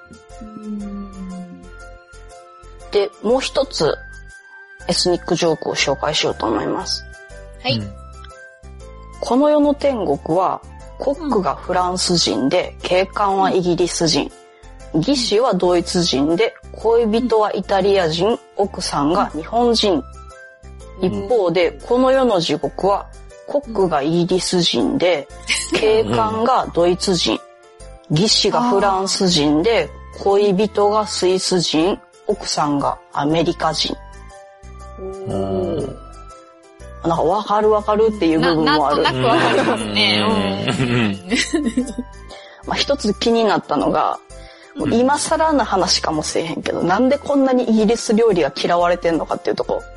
で、もう一つエスニックジョークを紹介しようと思います。 はい。 この世の天国はコックがフランス人で警官はイギリス人、技師はドイツ人で恋人はイタリア人、奥さんが日本人。一方でこの世の地獄はコックがイギリス人で警官がドイツ人、技師がフランス人で恋人がスイス人、奥さんがアメリカ人。なんかわかるっていう部分もある。 なんとなくわかりますね。 まあ一つ気になったのが、今更な話かもしれへんけど、なんでこんなにイギリス料理が嫌われてんのかっていうとこ。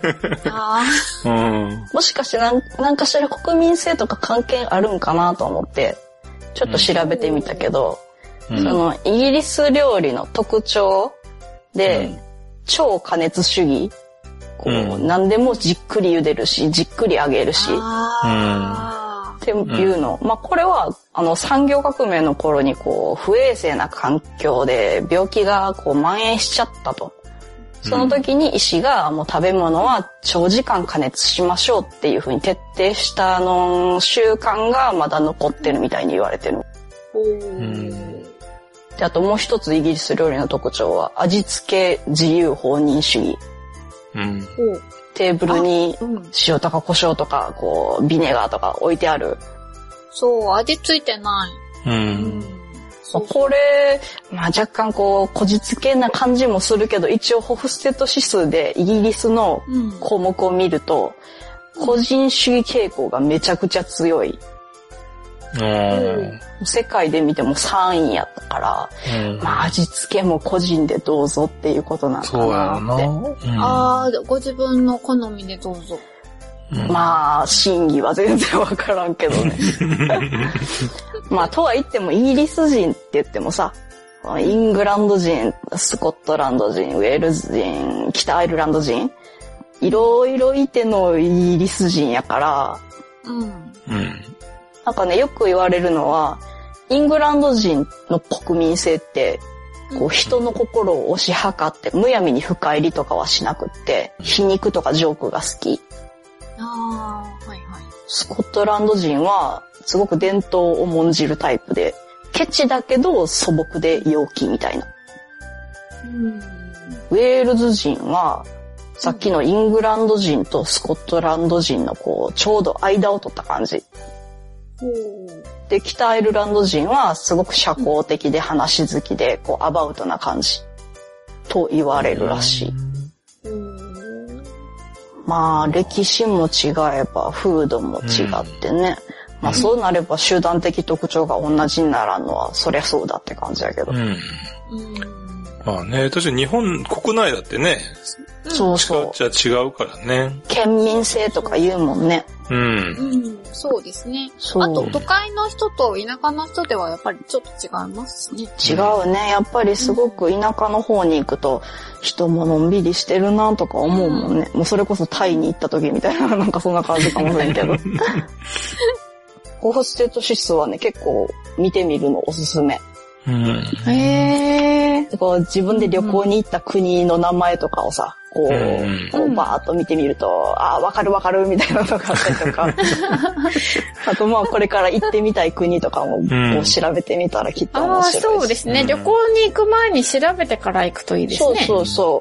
もしかしてなんかしら国民性とか関係あるんかなと思って、ちょっと調べてみたけど、そのイギリス料理の特徴で、超加熱主義。こう何でもじっくり茹でるし、じっくり揚げるし、っていうの。まあこれは産業革命の頃にこう不衛生な環境で病気がこう蔓延しちゃったと。その時に医師がもう食べ物は長時間加熱しましょうっていう風に徹底した習慣がまだ残ってるみたいに言われてる。で、あともう一つイギリス料理の特徴は味付け自由放任主義。テーブルに塩とか胡椒とかこうビネガーとか置いてある。 そう、味ついてない。 これ、まあ若干こう、こじつけな感じもするけど、一応ホフステッド指数でイギリスの項目を見ると、個人主義傾向がめちゃくちゃ強い。世界で見ても3位やったから、まあ味付けも個人でどうぞっていうことなのかなって。 ご自分の好みでどうぞ。 まあ真偽は全然わからんけどね。 まあ、とは言っても、イギリス人って言ってもさ、イングランド人、スコットランド人、ウェールズ人、北アイルランド人、いろいろいてのイギリス人やから、なんかね、よく言われるのは、イングランド人の国民性って、こう人の心を推し量ってむやみに深入りとかはしなくって、皮肉とかジョークが好き。 はいはい。 スコットランド人はすごく伝統を重んじるタイプで、ケチだけど素朴で陽気みたいな。ウェールズ人はさっきのイングランド人とスコットランド人のこうちょうど間を取った感じ。で、北アイルランド人はすごく社交的で話好きでこうアバウトな感じと言われるらしい。まあ歴史も違えば風土も違ってね。まあそうなれば集団的特徴が同じにならんのはそりゃそうだって感じやけど。 まあね、確かに日本国内だってね、 そうそう。 違っちゃ違うからね。 県民性とか言うもんね。 そうですね。あと都会の人と田舎の人ではやっぱりちょっと違いますしね。 違うね。やっぱりすごく田舎の方に行くと人ものんびりしてるなとか思うもんね。もうそれこそタイに行った時みたいな、なんかそんな感じかもしれんけど。ホーステート指数はね、結構見てみるのおすすめ。こう自分で旅行に行った国の名前とかをさ、こうバーッと見てみると、あ、わかるわかるみたいなのがあったりとか。あとまあこれから行ってみたい国とかもこう調べてみたらきっと面白いし。 そうですね。旅行に行く前に調べてから行くといいですね。 そうそう。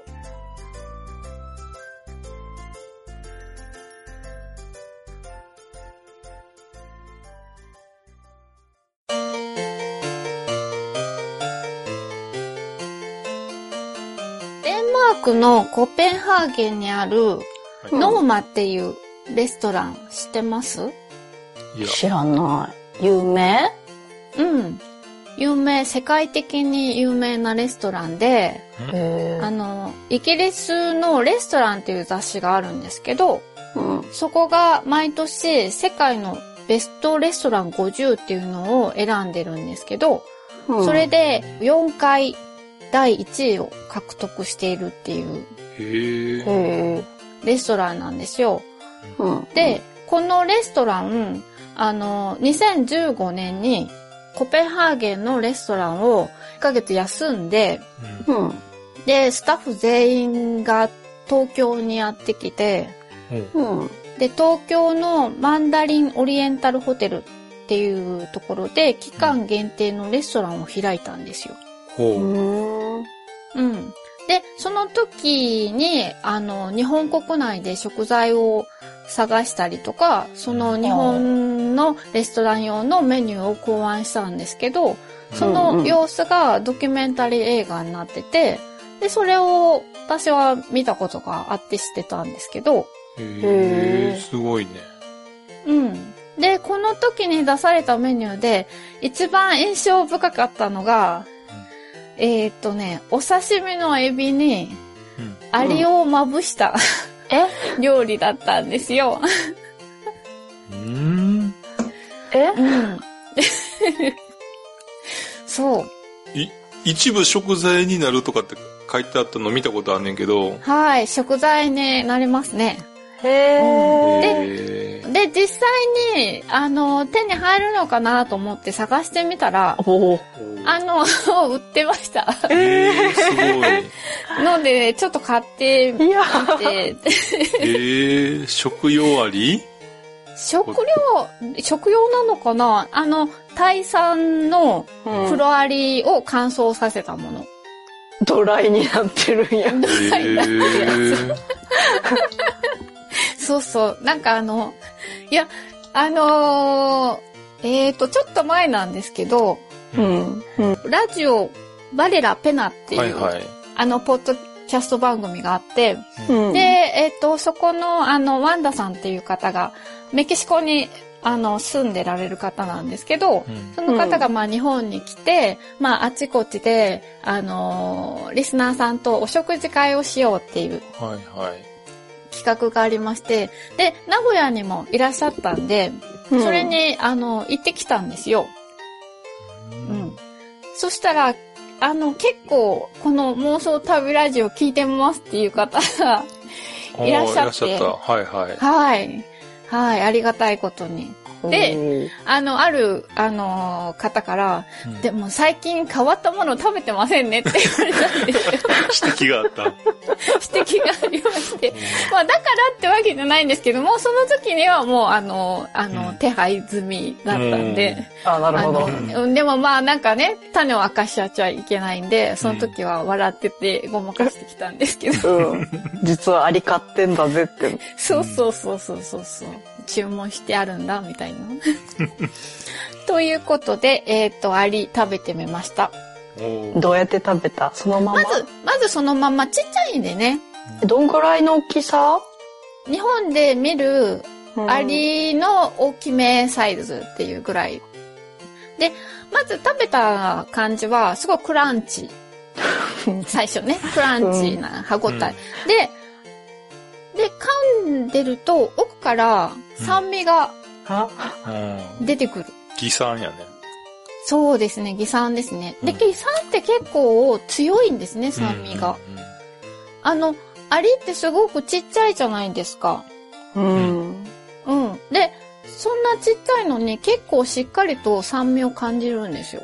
のコペンハーゲンにあるノーマっていうレストラン知ってます？ 知らない。有名？ 有名、世界的に有名なレストランで、イギリスのレストランっていう雑誌があるんですけど、そこが毎年世界のベストレストラン50っていうのを選んでるんですけど、それで4回第1位を獲得しているっていうレストランなんですよ。で、このレストラン、2015年にコペンハーゲンのレストランを1ヶ月休んで、で、スタッフ全員が東京にやってきて、で、東京のマンダリンオリエンタルホテルっていうところで期間限定のレストランを開いたんですよ。で、その時に、日本国内で食材を探したりとか、その日本のレストラン用のメニューを考案したんですけど、その様子がドキュメンタリー映画になってて、で、それを私は見たことがあって知ってたんですけど。 すごいね。 で、この時に出されたメニューで、一番印象深かったのが、お刺身のエビに、アリをまぶした、料理だったんですよ。そう。 一部食材になるとかって書いてあったの見たことあんねんけど。 はい、食材になりますね。で、実際に、手に入るのかなと思って探してみたら、売ってました。 すごい。 ので、ちょっと買ってみて。 食用アリ？ 食用なのかな？タイ産の黒アリを乾燥させたもの。 ドライになってるんや。 ドライになってるやつ。そうそう。なんかいや、ちょっと前なんですけど、ラジオ、バレラペナっていう、ポッドキャスト番組があって、で、そこの、ワンダさんっていう方が、メキシコに、住んでられる方なんですけど、その方が、日本に来て、あちこちで、リスナーさんとお食事会をしようっていう、企画がありまして、で、名古屋にもいらっしゃったんで、それに、行ってきたんですよ。 そしたら、結構、この妄想旅ラジオ聞いてますっていう方がいらっしゃって。 はいはい。 はい。はい、ありがたいことに。で、ある、方から、でも最近変わったものを食べてませんねって言われたんですよ。 指摘があった。 指摘がありまして。まあ、だからってわけじゃないんですけども、その時にはもう、手配済みだったんで。 なるほど。 でもまあなんかね、種を明かしちゃいけないんで、その時は笑っててごまかしてきたんですけど。 実はあり買ってんだぜって。 そう。注文してあるんだ、みたいな。ということで、アリ食べてみました。 どうやって食べた？そのまま？ まずそのままちっちゃいんでね。 どんぐらいの大きさ？ 日本で見るアリの大きめサイズっていうぐらい。で、まず食べた感じはすごいクランチ。最初ね、クランチな歯ごたえ。で、噛んでると奥から酸味が出てくる。 擬酸やね。 そうですね、擬酸ですね。で、擬酸って結構強いんですね、酸味が。アリってすごくちっちゃいじゃないですか。で、そんなちっちゃいのに結構しっかりと酸味を感じるんですよ。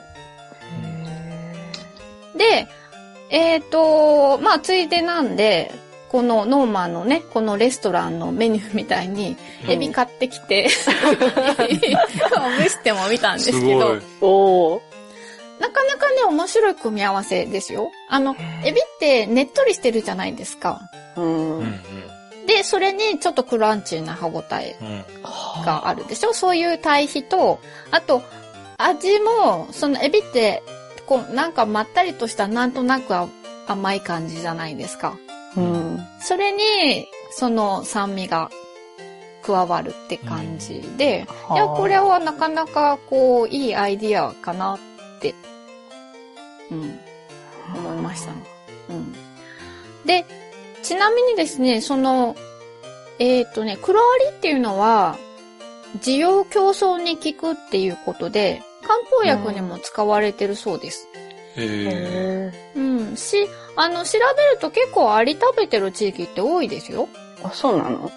で、まあ、ついでなんで、このノーマンのね、このレストランのメニューみたいに、エビ買ってきて、蒸しても見たんですけど、なかなかね、面白い組み合わせですよ。エビってねっとりしてるじゃないですか。で、それにちょっとクランチーな歯ごたえがあるでしょ。そういう対比と、あと、味も、そのエビって、こう、なんかまったりとしたなんとなく甘い感じじゃないですか。それに、その酸味が加わるって感じで、いや、これはなかなかこう、いいアイディアかなって、思いましたね。で、ちなみにですね、その、黒アリっていうのは、滋養強壮に効くっていうことで、漢方薬にも使われてるそうです。調べると結構アリ食べてる地域って多いですよ。 あ、そうなの？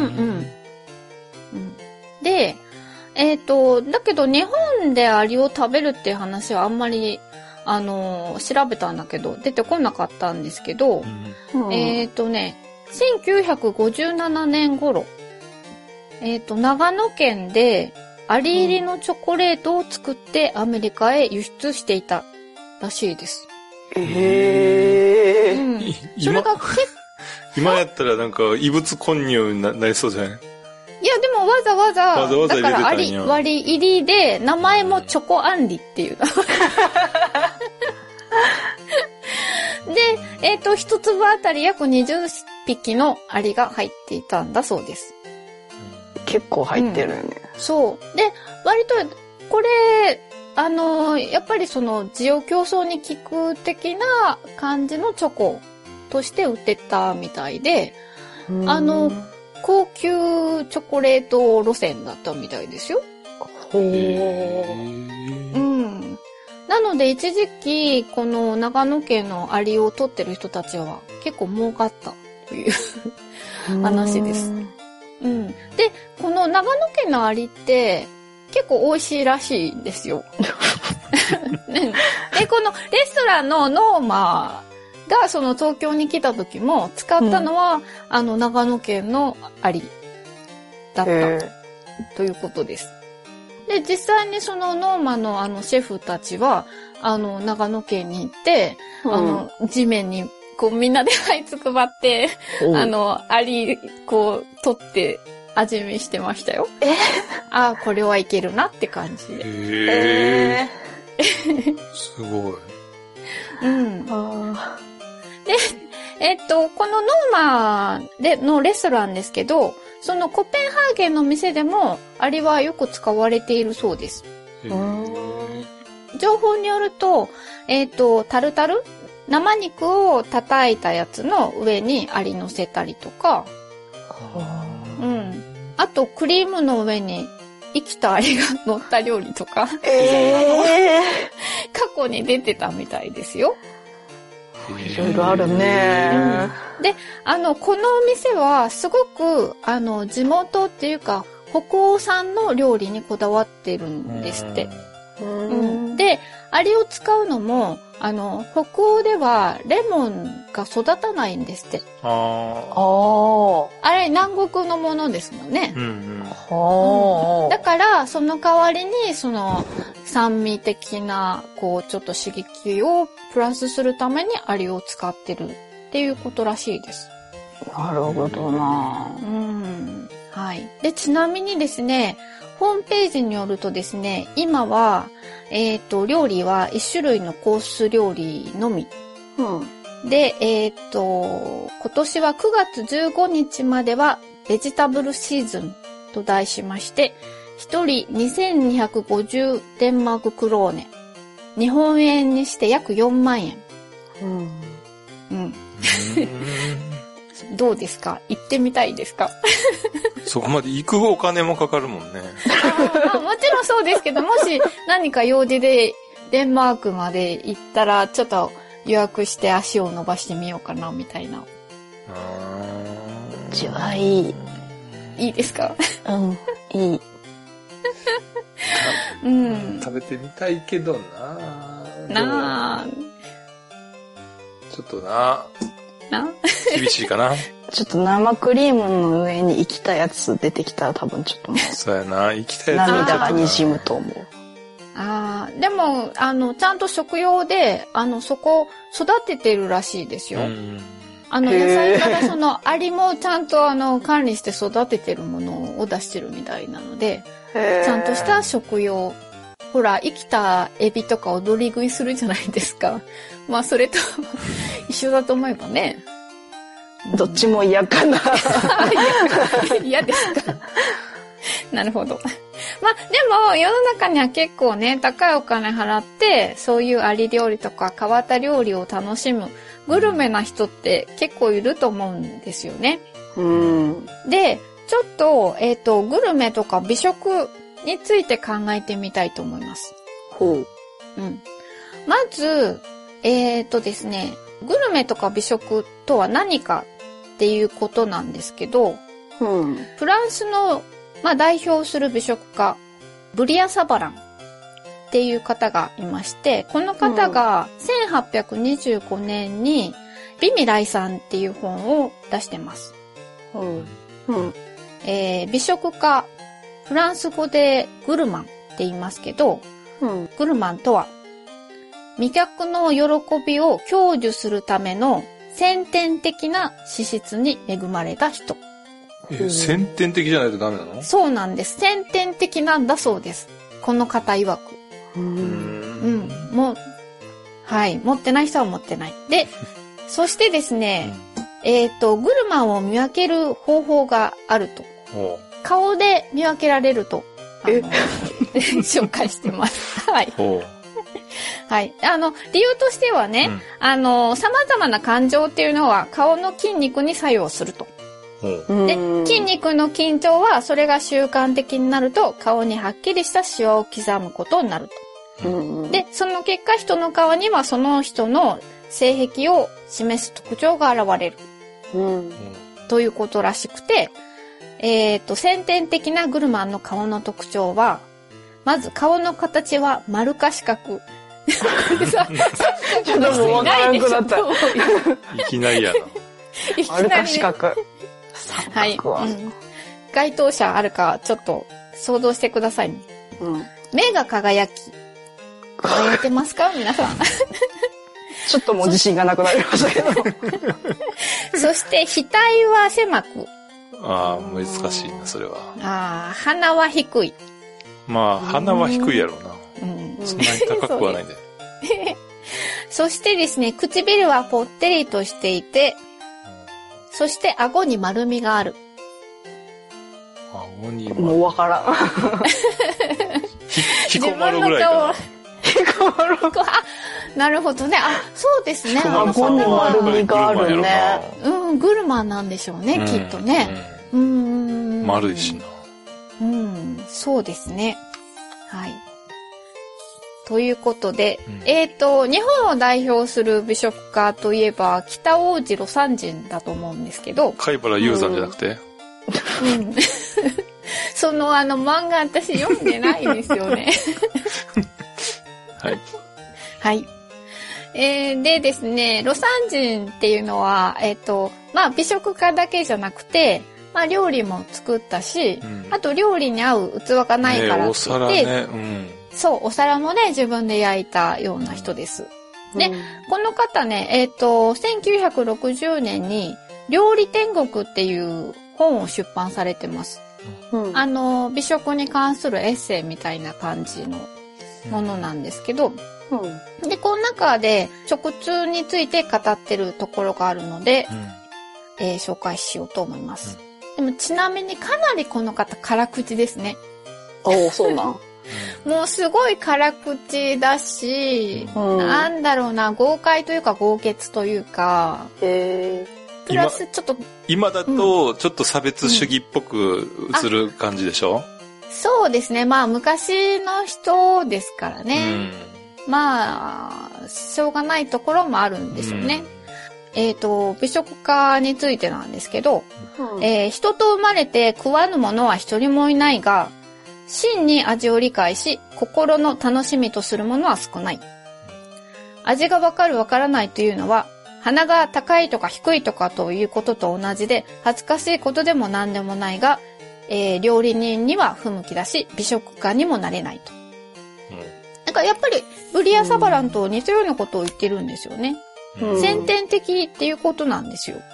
で、だけど日本でアリを食べるっていう話はあんまり、調べたんだけど、出てこなかったんですけど、1957年頃、長野県でアリ入りのチョコレートを作ってアメリカへ輸出していたらしいです。それが今やったらなんか異物混入になりそうじゃない？ いや、でもわざわざだから割り入りで、名前もチョコアンリっていう。で、一粒あたり約20匹のアリが入っていたんだそうです。 結構入ってるね。 そう。で、割と、これ、やっぱりその、滋養強壮に効く的な感じのチョコとして売ってたみたいで、高級チョコレート路線だったみたいですよ。なので一時期、この長野県のアリを取ってる人たちは結構儲かったという話です。で、この長野県のアリって結構美味しいらしいんですよ。で、このレストランのノーマーがその東京に来た時も使ったのは、長野県のアリだったということです。で、実際にそのノーマのシェフたちは、長野県に行って、地面にこうみんなで這いつくばって、アリ、こう、取って味見してましたよ。ああ、これはいけるなって感じで。 すごい。 で、このノーマのレストランですけど、そのコペンハーゲンの店でもアリはよく使われているそうです。情報によると、タルタル生肉を叩いたやつの上にアリ乗せたりとか、あとクリームの上に生きたアリが乗った料理とか、過去に出てたみたいですよ。 いろいろあるね。 で、このお店はすごく、地元っていうか、北欧産の料理にこだわってるんですって。で、アリを使うのも、北欧ではレモンが育たないんですって。あれ南国のものですもんね。だから、その代わりに、酸味的な、こう、ちょっと刺激をプラスするためにアリを使ってるっていうことらしいです。 なるほどな。 はい。で、ちなみにですね、ホームページによるとですね、今は、料理は1種類のコース料理のみ。で、今年は9月15日まではベジタブルシーズンと題しまして、1人2250デンマーククローネ。日本円にして約4万円。どうですか？行ってみたいですか？ そこまで行くお金もかかるもんね。 もちろんそうですけど、もし何か用事でデンマークまで行ったら、ちょっと予約して足を伸ばしてみようかな、みたいな。 じゃあいい。 いいですか？ いい。 食べてみたいけどなちょっと厳しいかな。 ちょっと生クリームの上に生きたやつ出てきたら多分ちょっともう。 そうやな、生きたやつ。 涙が滲むと思う。 でも、ちゃんと食用で、そこ育ててるらしいですよ。野菜からアリもちゃんと管理して育ててるものを出してるみたいなので、ちゃんとした食用。ほら、生きたエビとか踊り食いするじゃないですか。まあ、それと一緒だと思えばね。 どっちも嫌かな。 嫌ですか？なるほど。まあ、でも、世の中には結構ね、高いお金払って、そういうアリ料理とか変わった料理を楽しむグルメな人って結構いると思うんですよね。で、ちょっと、グルメとか美食について考えてみたいと思います。まず、ですね、グルメとか美食とは何かっていうことなんですけど、フランスの、代表する美食家、ブリア・サバランっていう方がいまして、この方が1825年に美味来産っていう本を出してます。美食家、フランス語でグルマンって言いますけど、グルマンとは、味覚の喜びを享受するための先天的な資質に恵まれた人。 先天的じゃないとダメなの？ そうなんです。先天的なんだそうです。この方曰く。持ってない人は持ってない。で、そしてですね、グルマンを見分ける方法があると。顔で見分けられると、紹介してます。はい。はい。理由としてはね、様々な感情っていうのは顔の筋肉に作用すると。で、筋肉の緊張はそれが習慣的になると顔にはっきりしたシワを刻むことになると。で、その結果人の顔にはその人の性癖を示す特徴が現れる。ということらしくて、先天的なグルマンの顔の特徴は、まず顔の形は丸か四角。 ちょっともうわからなくなった。 いきなりやな。 丸か四角。 はい、該当者あるかちょっと想像してくださいね。目が輝いてますか皆さん。 ちょっともう自信がなくなりましたけど。 そして額は狭く。 難しいなそれは。 鼻は低い。 鼻は低いやろうな。そんなに高くはないんで。 そしてですね、唇はぽってりとしていて、そして顎に丸みがある。 顎にもうわからん。 彦摩呂ぐらいかな。 彦摩呂。 なるほどね。そうですね。 顎に丸みがあるね。 グルマンなんでしょうね、きっとね。 丸いしな。 そうですね。はい。ということで、日本を代表する美食家といえば、北大路魯山人だと思うんですけど。 貝原雄山じゃなくて、 その漫画私読んでないんですよね。 はい。 はい。でですね、魯山人っていうのは、まあ、美食家だけじゃなくて、まあ、料理も作ったし、あと料理に合う器がないからって言って、そう、お皿もね、自分で焼いたような人です。で、この方ね、1960年に、料理天国っていう本を出版されてます。美食に関するエッセイみたいな感じのものなんですけど、で、この中で食通について語ってるところがあるので、紹介しようと思います。でもちなみにかなりこの方辛口ですね。 そうなんもうすごい辛口だし、なんだろうな、豪快というか豪傑というか、プラスちょっと今だとちょっと差別主義っぽく映る感じでしょ？ そうですね。まあ昔の人ですからね。まあしょうがないところもあるんでしょうね。美食家についてなんですけど、人と生まれて食わぬ者は一人もいないが、真に味を理解し、心の楽しみとする者は少ない。味がわかるわからないというのは、鼻が高いとか低いとかということと同じで、恥ずかしいことでも何でもないが、料理人には不向きだし、美食家にもなれないと。なんかやっぱり、ブリアサバランと似たようなことを言ってるんですよね。先天的っていうことなんですよ。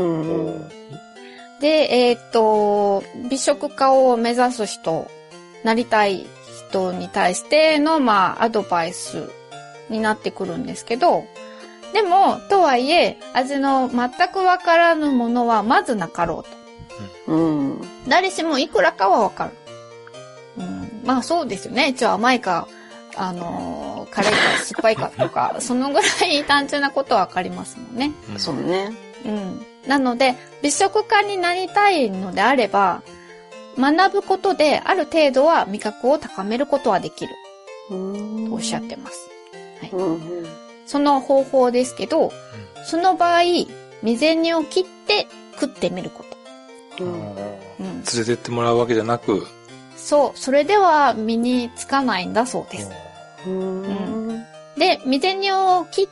で、美食家を目指す人、なりたい人に対しての、まあ、アドバイスになってくるんですけど、でも、とはいえ、味の全くわからぬものはまずなかろうと。誰しもいくらかはわかる。まあそうですよね。一応甘いか、辛いか酸っぱいかとか、そのぐらい単純なことはわかりますもんね。 そうね。 なので、美食家になりたいのであれば、学ぶことである程度は味覚を高めることはできる。とおっしゃってます。はい。その方法ですけど、その場合、未然を切って食ってみること。 連れてってもらうわけじゃなく。 そう、それでは身につかないんだそうです。で、未然を切って、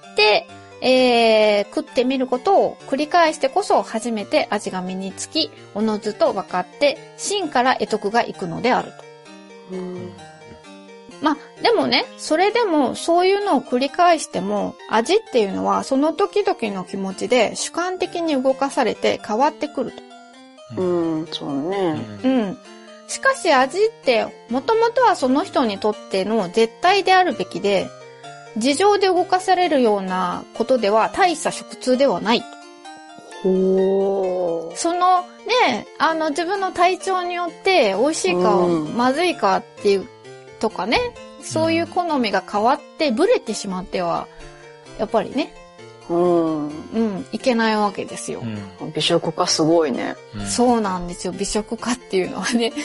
食ってみることを繰り返してこそ初めて味が身につき、おのずと分かって真から得得がいくのであると。まあでもね、それでもそういうのを繰り返しても味っていうのはその時々の気持ちで主観的に動かされて変わってくると。 そうね。 しかし味ってもともとはその人にとっての絶対であるべきで、事情で動かされるようなことでは大した食通ではない。そのね、自分の体調によって美味しいかまずいかっていうとかね、そういう好みが変わってブレてしまっては、やっぱりね、いけないわけですよ。 美食家すごいね。 そうなんですよ、美食家っていうのはね。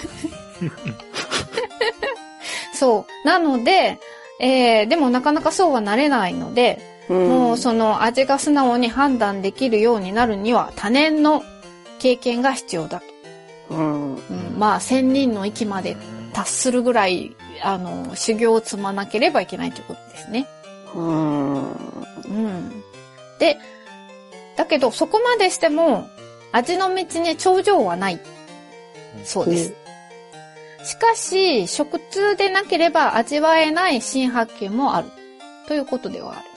そう。なので、でもなかなかそうはなれないので、もうその味が素直に判断できるようになるには多年の経験が必要だと。まあ1000人の域まで達するぐらい修行を積まなければいけないということですね。で、だけどそこまでしても味の道に頂上はない。そうです。しかし、食通でなければ味わえない新発見もある。ということではあり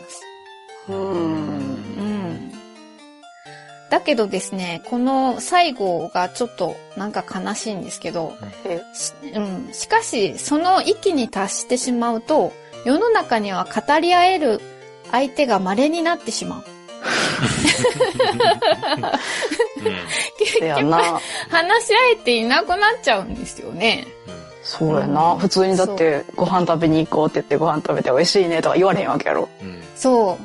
ます。だけどですね、この最後がちょっとなんか悲しいんですけど、しかし、その域に達してしまうと、世の中には語り合える相手が稀になってしまう。結局、話し合えていなくなっちゃうんですよね。 そうやな。普通にだってご飯食べに行こうって言ってご飯食べて美味しいねとか言われへんわけやろ。 そう。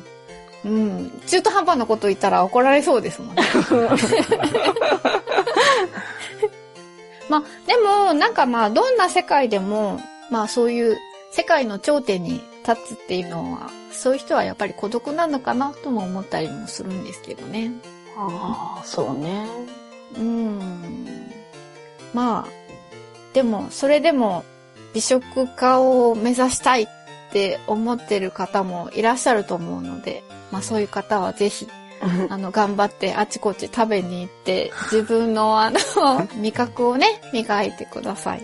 中途半端なこと言ったら怒られそうですもんね。 でも、なんかどんな世界でも、そういう世界の頂点に立つっていうのは、そういう人はやっぱり孤独なのかなとも思ったりもするんですけどね。 ああ、そうね。 でも、それでも、美食家を目指したいって思ってる方もいらっしゃると思うので、そういう方はぜひ、頑張ってあちこち食べに行って、自分の味覚をね、磨いてください。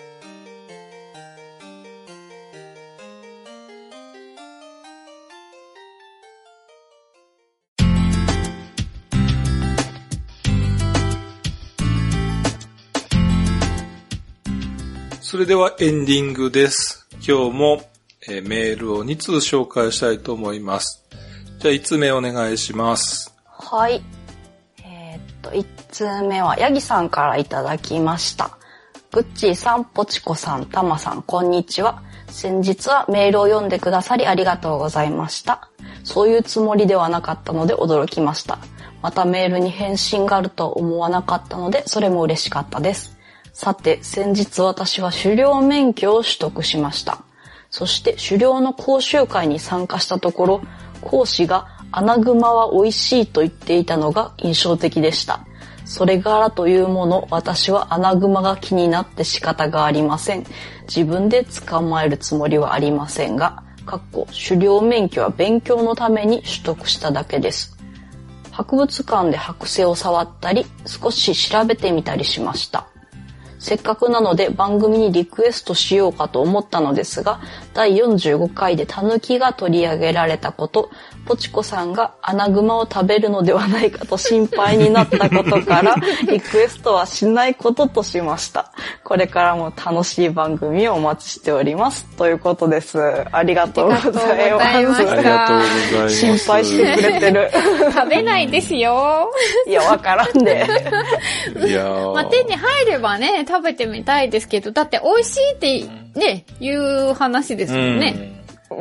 それではエンディングです。今日もメールを2通紹介したいと思います。じゃあ1通目お願いします。 はい。1通目はヤギさんからいただきました。グッチーさん、ポチコさん、タマさん、こんにちは。先日はメールを読んでくださりありがとうございました。そういうつもりではなかったので驚きました。またメールに返信があるとは思わなかったので、それも嬉しかったです。さて、先日私は狩猟免許を取得しました。そして狩猟の講習会に参加したところ、講師がアナグマは美味しいと言っていたのが印象的でした。それからというもの、私はアナグマが気になって仕方がありません。自分で捕まえるつもりはありませんが、狩猟免許は勉強のために取得しただけです。博物館で剥製を触ったり、少し調べてみたりしました。せっかくなので番組にリクエストしようかと思ったのですが、第45回でタヌキが取り上げられたこと、ポチコさんがアナグマを食べるのではないかと心配になったことからリクエストはしないこととしました。これからも楽しい番組をお待ちしております。ということです。ありがとうございます。 ありがとうございます。 心配してくれてる。 食べないですよ。 いや、わからんで。 いや手に入ればね、食べてみたいですけど、だって美味しいってね、いう話ですもんね。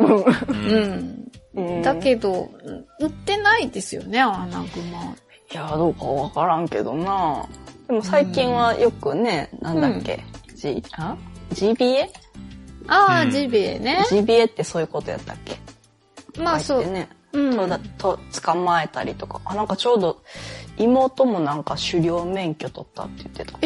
だけど、売ってないですよね、アナグマ。 いや、どうかわからんけどな。でも最近はよくね、なんだっけ、ジビエ？ ジビエね。 ジビエってそういうことやったっけ？ そうね。捕まえたりとか。なんかちょうど妹もなんか狩猟免許取ったって言ってた。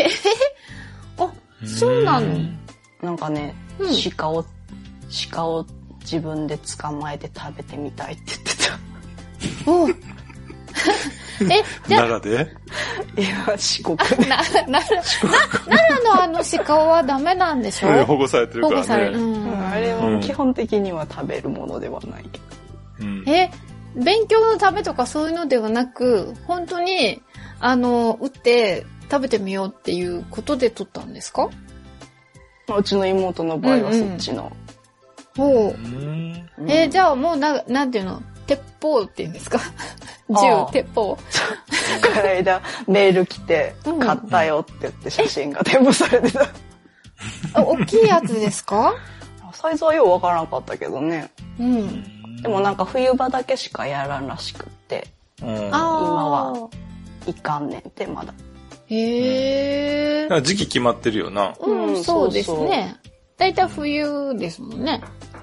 そうなの？ なんかね、鹿を自分で捕まえて食べてみたいって言ってた。 じゃあ、 奈良で？ いや、四国で。 奈良の鹿はダメなんでしょ？ 保護されてるからね。 保護される。 あれは基本的には食べるものではないけど。 勉強のためとかそういうのではなく、本当に、打って食べてみようっていうことで取ったんですか？ うちの妹の場合はそっちの。 じゃあもうなんていうの？鉄砲っていうんですか？鉄砲。この間メール来て、買ったよって言って写真が添付されてた。 大きいやつですか？ サイズはようわからなかったけどね。でもなんか冬場だけしかやらんらしくって、今はいかんねんってまだ。 時期決まってるよな。 そうですね。だいたい冬ですもんね。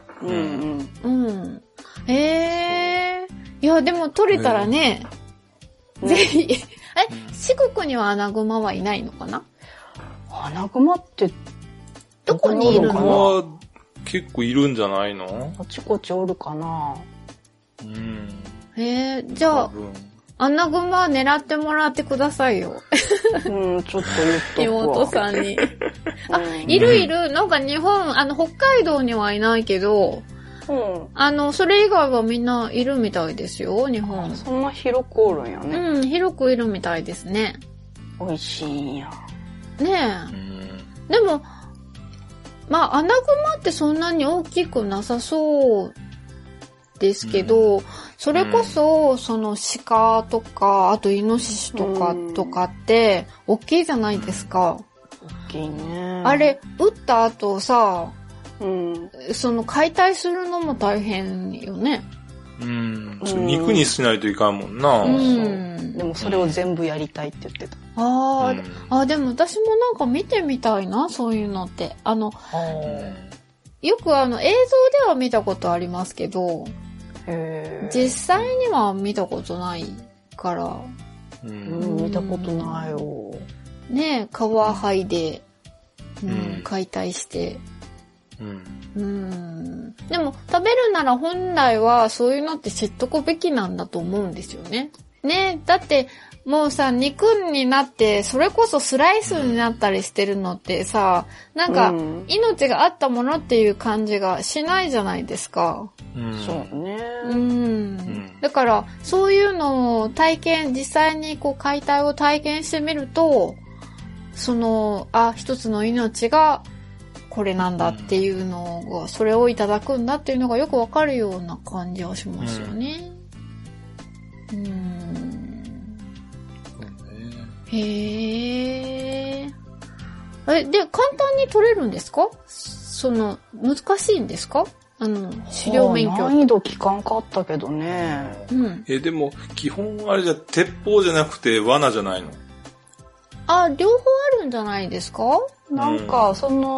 いや、でも取れたらね、ぜひ。四国にはアナグマはいないのかな？ アナグマってどこにいるの？ 結構いるんじゃないの？ あちこちおるかな。 じゃあ、アナグマ狙ってもらってくださいよ。 ちょっと言っとくわ。 妹さんに。いる。なんか日本、北海道にはいないけど、それ以外はみんないるみたいですよ、日本。 そんな広くおるんやね。 広くいるみたいですね。 美味しいんや。 ねえ。でも、アナグマってそんなに大きくなさそうですけど、それこそ、その鹿とか、あとイノシシとかって、大きいじゃないですか。 大きいね。 あれ、撃った後さ、その解体するのも大変よね。 肉にしないといかんもんな。 でもそれを全部やりたいって言ってた。 でも私もなんか見てみたいな、そういうのって。よく映像では見たことありますけど、実際には見たことないから。 見たことないよ。 ねえ、皮剥いで、解体して。でも食べるなら本来はそういうのって知っとくべきなんだと思うんですよね。ね、だってもうさ、肉になってそれこそスライスになったりしてるのってさ、なんか命があったものっていう感じがしないじゃないですか。 そうね。 だからそういうのを実際にこう解体を体験してみると、一つの命がこれなんだっていうのが、それをいただくんだっていうのがよくわかるような感じはしますよね。へえ。で、簡単に取れるんですか？難しいんですか？狩猟免許。 難易度聞かんかったけどね。 でも、基本あれじゃ、鉄砲じゃなくて罠じゃないの？ 両方あるんじゃないですか？ なんか、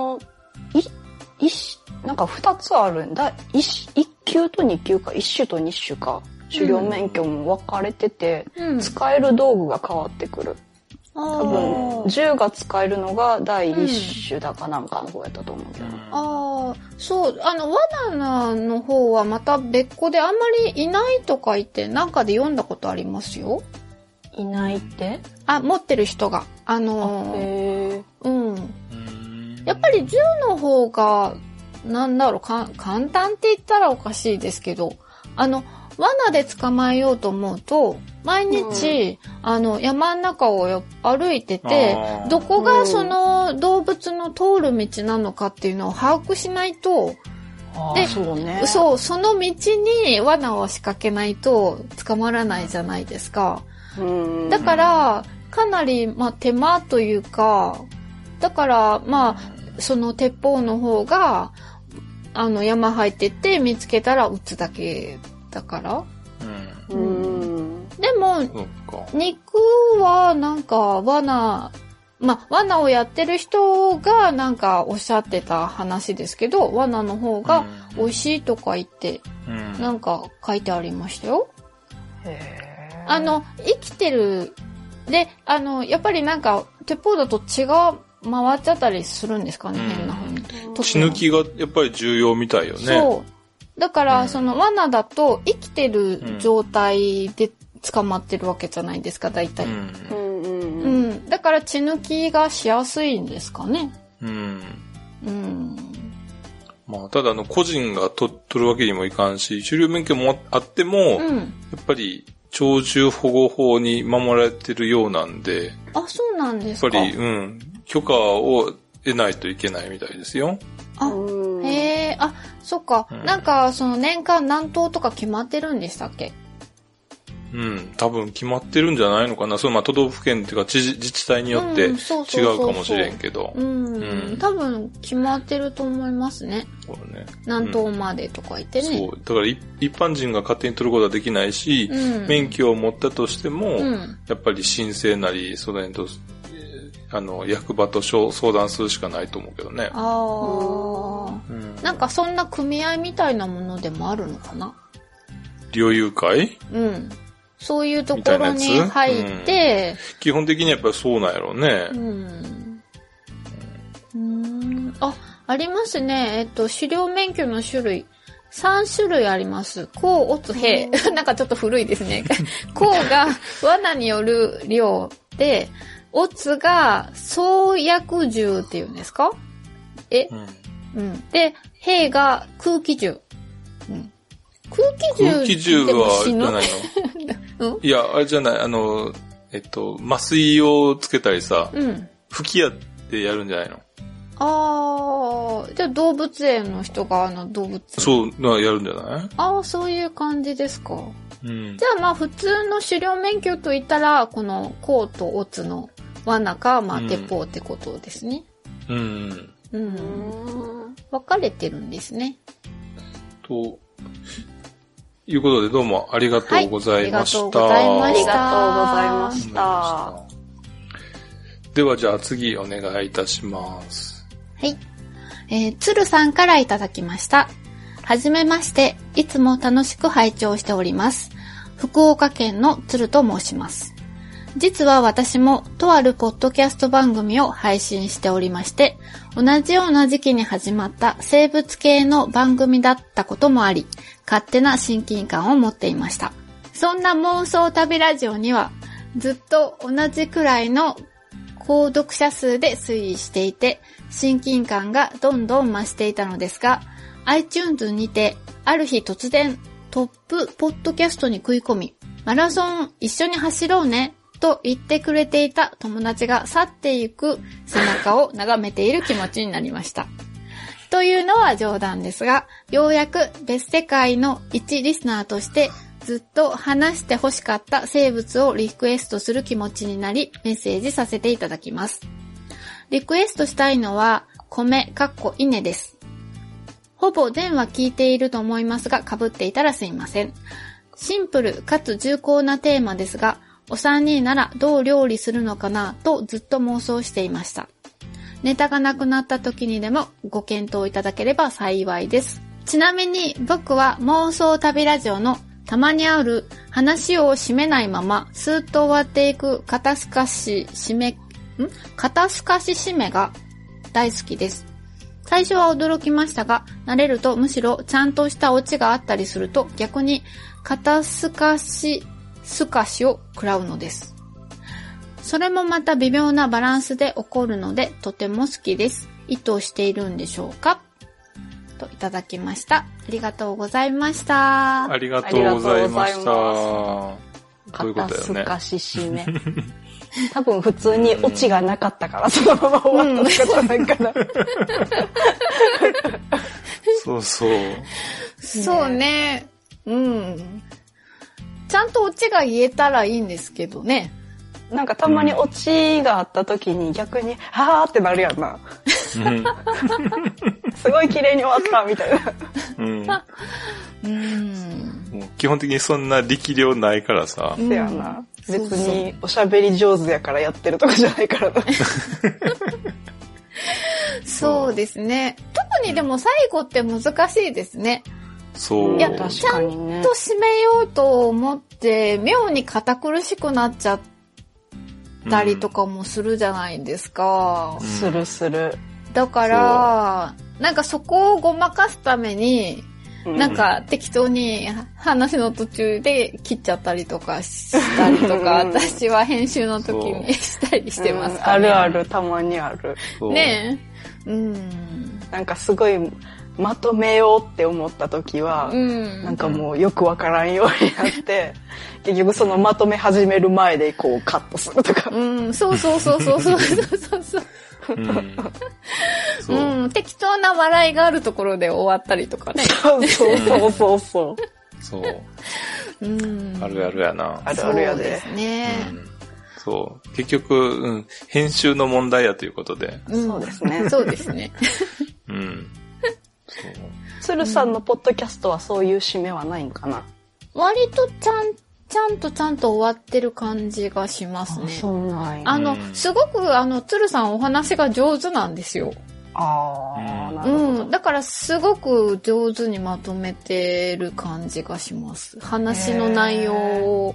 なんか2つあるんだ。1級と2級か、1種と2種か。狩猟免許も分かれてて、使える道具が変わってくる。多分、銃が使えるのが第1種だかなんかの方やったと思うけど。 そう、罠の方はまた別個であんまりいないとか言ってなんかで読んだことありますよ。 いないって？ 持ってる人が。やっぱり銃の方が、簡単って言ったらおかしいですけど、罠で捕まえようと思うと、毎日、山の中を歩いてて、どこがその動物の通る道なのかっていうのを把握しないと、その道に罠を仕掛けないと捕まらないじゃないですか。だから、かなり、手間というか、だから、その鉄砲の方が、山入ってって見つけたら撃つだけだから。でも、肉はなんか罠をやってる人がなんかおっしゃってた話ですけど、罠の方が美味しいとか言って、なんか書いてありましたよ。生きてる、で、やっぱりなんか鉄砲だと血が回っちゃったりするんですかね、変な風に。 血抜きがやっぱり重要みたいよね。 そう。だから、罠だと生きてる状態で捕まってるわけじゃないですか、大体。だから血抜きがしやすいんですかね。 ただ個人が取るわけにもいかんし、狩猟免許もあっても、やっぱり鳥獣保護法に守られてるようなんで。 そうなんですか。 やっぱり、許可を得ないといけないみたいですよ。 そっか。なんか、年間何頭とか決まってるんでしたっけ？ 多分決まってるんじゃないのかな。都道府県っていうか自治体によって違うかもしれんけど。 多分決まってると思いますね。そうね。何頭までとか言ってね。 そう。だから一般人が勝手に取ることはできないし、免許を持ったとしても、やっぱり申請なり、役場と相談するしかないと思うけどね。 なんかそんな組合みたいなものでもあるのかな？ 猟友会？ そういうところに入って、 基本的にやっぱりそうなんやろうね。 ありますね。狩猟免許の種類。3種類あります。甲、乙、兵。なんかちょっと古いですね。甲が罠による猟で、乙が創薬銃っていうんですか？で、兵が空気銃。空気銃は、じゃないのいや、あれじゃない、麻酔をつけたりさ、吹き矢ってやるんじゃないの？ じゃあ動物園の人が動物園。 そう、やるんじゃない？ そういう感じですか。じゃあ普通の狩猟免許といったら、この甲と乙の罠か、鉄砲ってことですね。分かれてるんですね。 いうことでどうもありがとうございました。 ありがとうございました。 ありがとうございました。 ではじゃあ次お願いいたします。 はい。鶴さんからいただきました。はじめまして、いつも楽しく拝聴しております。福岡県の鶴と申します。実は私もとあるポッドキャスト番組を配信しておりまして、同じような時期に始まった生物系の番組だったこともあり、勝手な親近感を持っていました。そんな妄想旅ラジオには、ずっと同じくらいの購読者数で推移していて、親近感がどんどん増していたのですが、iTunes にて、ある日突然トップポッドキャストに食い込み、マラソン一緒に走ろうね、と言ってくれていた友達が去っていく背中を眺めている気持ちになりました。というのは冗談ですが、ようやく別世界の一リスナーとしてずっと話して欲しかった生物をリクエストする気持ちになりメッセージさせていただきます。リクエストしたいのは米稲です。ほぼ全話聞いていると思いますが被っていたらすいません。シンプルかつ重厚なテーマですが、お三人ならどう料理するのかなとずっと妄想していました。ネタがなくなった時にでもご検討いただければ幸いです。ちなみに僕は妄想旅ラジオのたまにある話を締めないままスーッと終わっていく肩透かし締めが大好きです。最初は驚きましたが、慣れるとむしろちゃんとしたオチがあったりすると逆に肩透かしを食らうのです。それもまた微妙なバランスで起こるのでとても好きです。意図しているんでしょうかといただきました。ありがとうございました。 ありがとうございました。 肩透かし締め。多分普通にオチがなかったからそのまま終わったとかじゃないかな。 そうそう。 そうね。うん。ちゃんとオチが言えたらいいんですけどね。 なんかたまにオチがあった時に逆に、はーってなるやんな。すごい綺麗に終わったみたいな。 もう基本的にそんな力量ないからさ。 せやな。別におしゃべり上手やからやってるとかじゃないからな。 そうですね。特にでも最後って難しいですね。 そう。 いや、ちゃんと締めようと思って、妙に堅苦しくなっちゃったりとかもするじゃないですか。 する。 だから、なんかそこをごまかすために、なんか適当に話の途中で切っちゃったりとかしたりとか、私は編集の時にしたりしてますかね。 ある、たまにある。 ねえ。 なんかすごい、まとめようって思った時は、なんかもうよくわからんようになって、結局そのまとめ始める前でこうカットするとか。 そう。適当な笑いがあるところで終わったりとかね。 そう。 そう。あるあるやな。 あるあるやで。 そうですね。 そう。結局、編集の問題やということで。 そうですね。 そうですね。 鶴さんのポッドキャストはそういう締めはないんかな？ 割とちゃんと終わってる感じがしますね。 そうなんや。 すごく鶴さんお話が上手なんですよ。 なるほど。 だからすごく上手にまとめてる感じがします。話の内容を。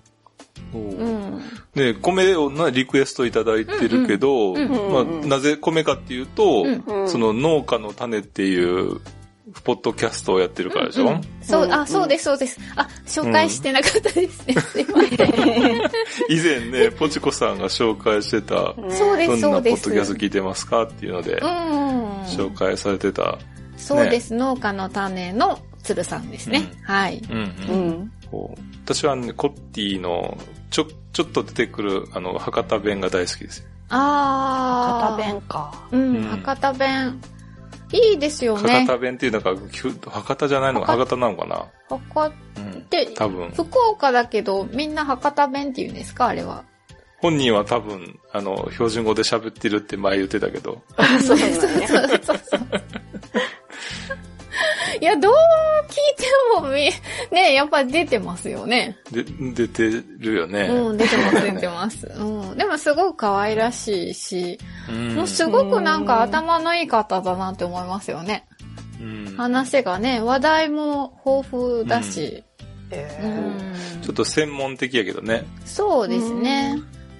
で、米をリクエストいただいてるけど、なぜ米かっていうと、その農家の種っていうポッドキャストをやってるからでしょ？ そうです。紹介してなかったですね。すいません。 以前ね、ポチコさんが紹介してた、どんなポッドキャスト聞いてますかっていうので、紹介されてた。 そうです。農家の種の鶴さんですね。はい。 私はね、コッティのちょっと出てくる博多弁が大好きですよ。 博多弁か。 博多弁。いいですよね。 博多弁っていうのが、博多じゃないのか、博多なのかな。 多分。福岡だけど、みんな博多弁って言うんですか、あれは。 本人は多分、標準語で喋ってるって前言ってたけど。 そう。いや、どう聞いてもね、やっぱり出てますよね。 出てるよね。 うん、出てます、出てます。うん。でもすごく可愛らしいし、もうすごくなんか頭のいい方だなって思いますよね。話がね、話題も豊富だし。 ちょっと専門的やけどね。 そうですね。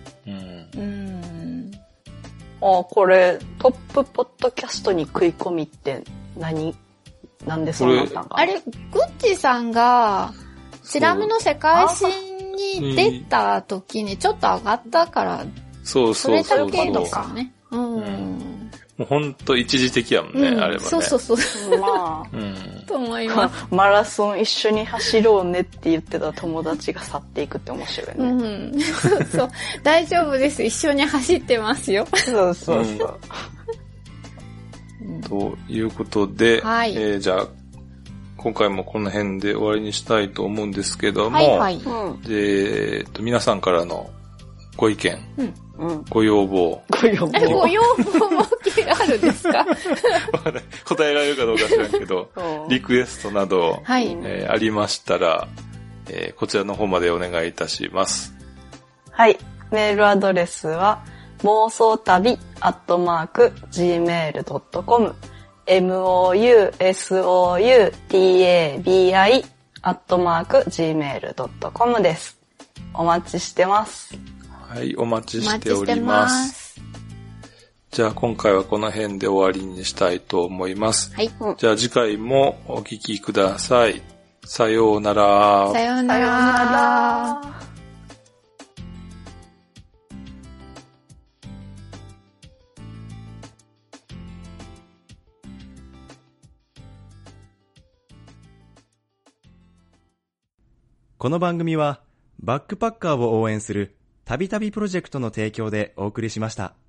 これ、トップポッドキャストに食い込みってなんでそうなったんかな。 あれ、グッチさんが、チラ見の世界史に出た時にちょっと上がったから、 それだけとかね。 もうほんと一時的やもんね、あれはね。 そう。まあ、と思います。 マラソン一緒に走ろうねって言ってた友達が去っていくって面白いね。 そう。大丈夫です。一緒に走ってますよ。 そう。 ということで、 はい、 じゃあ、今回もこの辺で終わりにしたいと思うんですけども、皆さんからのご意見、ご要望。 ご要望もあるんですか？ 答えられるかどうか知らんけど、リクエストなど、ありましたら、こちらの方までお願いいたします。 はい。メールアドレスは、妄想旅@gmail.com moussoutabi@gmail.com です。お待ちしてます。 はい、お待ちしております。じゃあ今回はこの辺で終わりにしたいと思います。 はい。 じゃあ次回もお聞きください。さようなら。 さようなら。 この番組はバックパッカーを応援するたびたびプロジェクトの提供でお送りしました。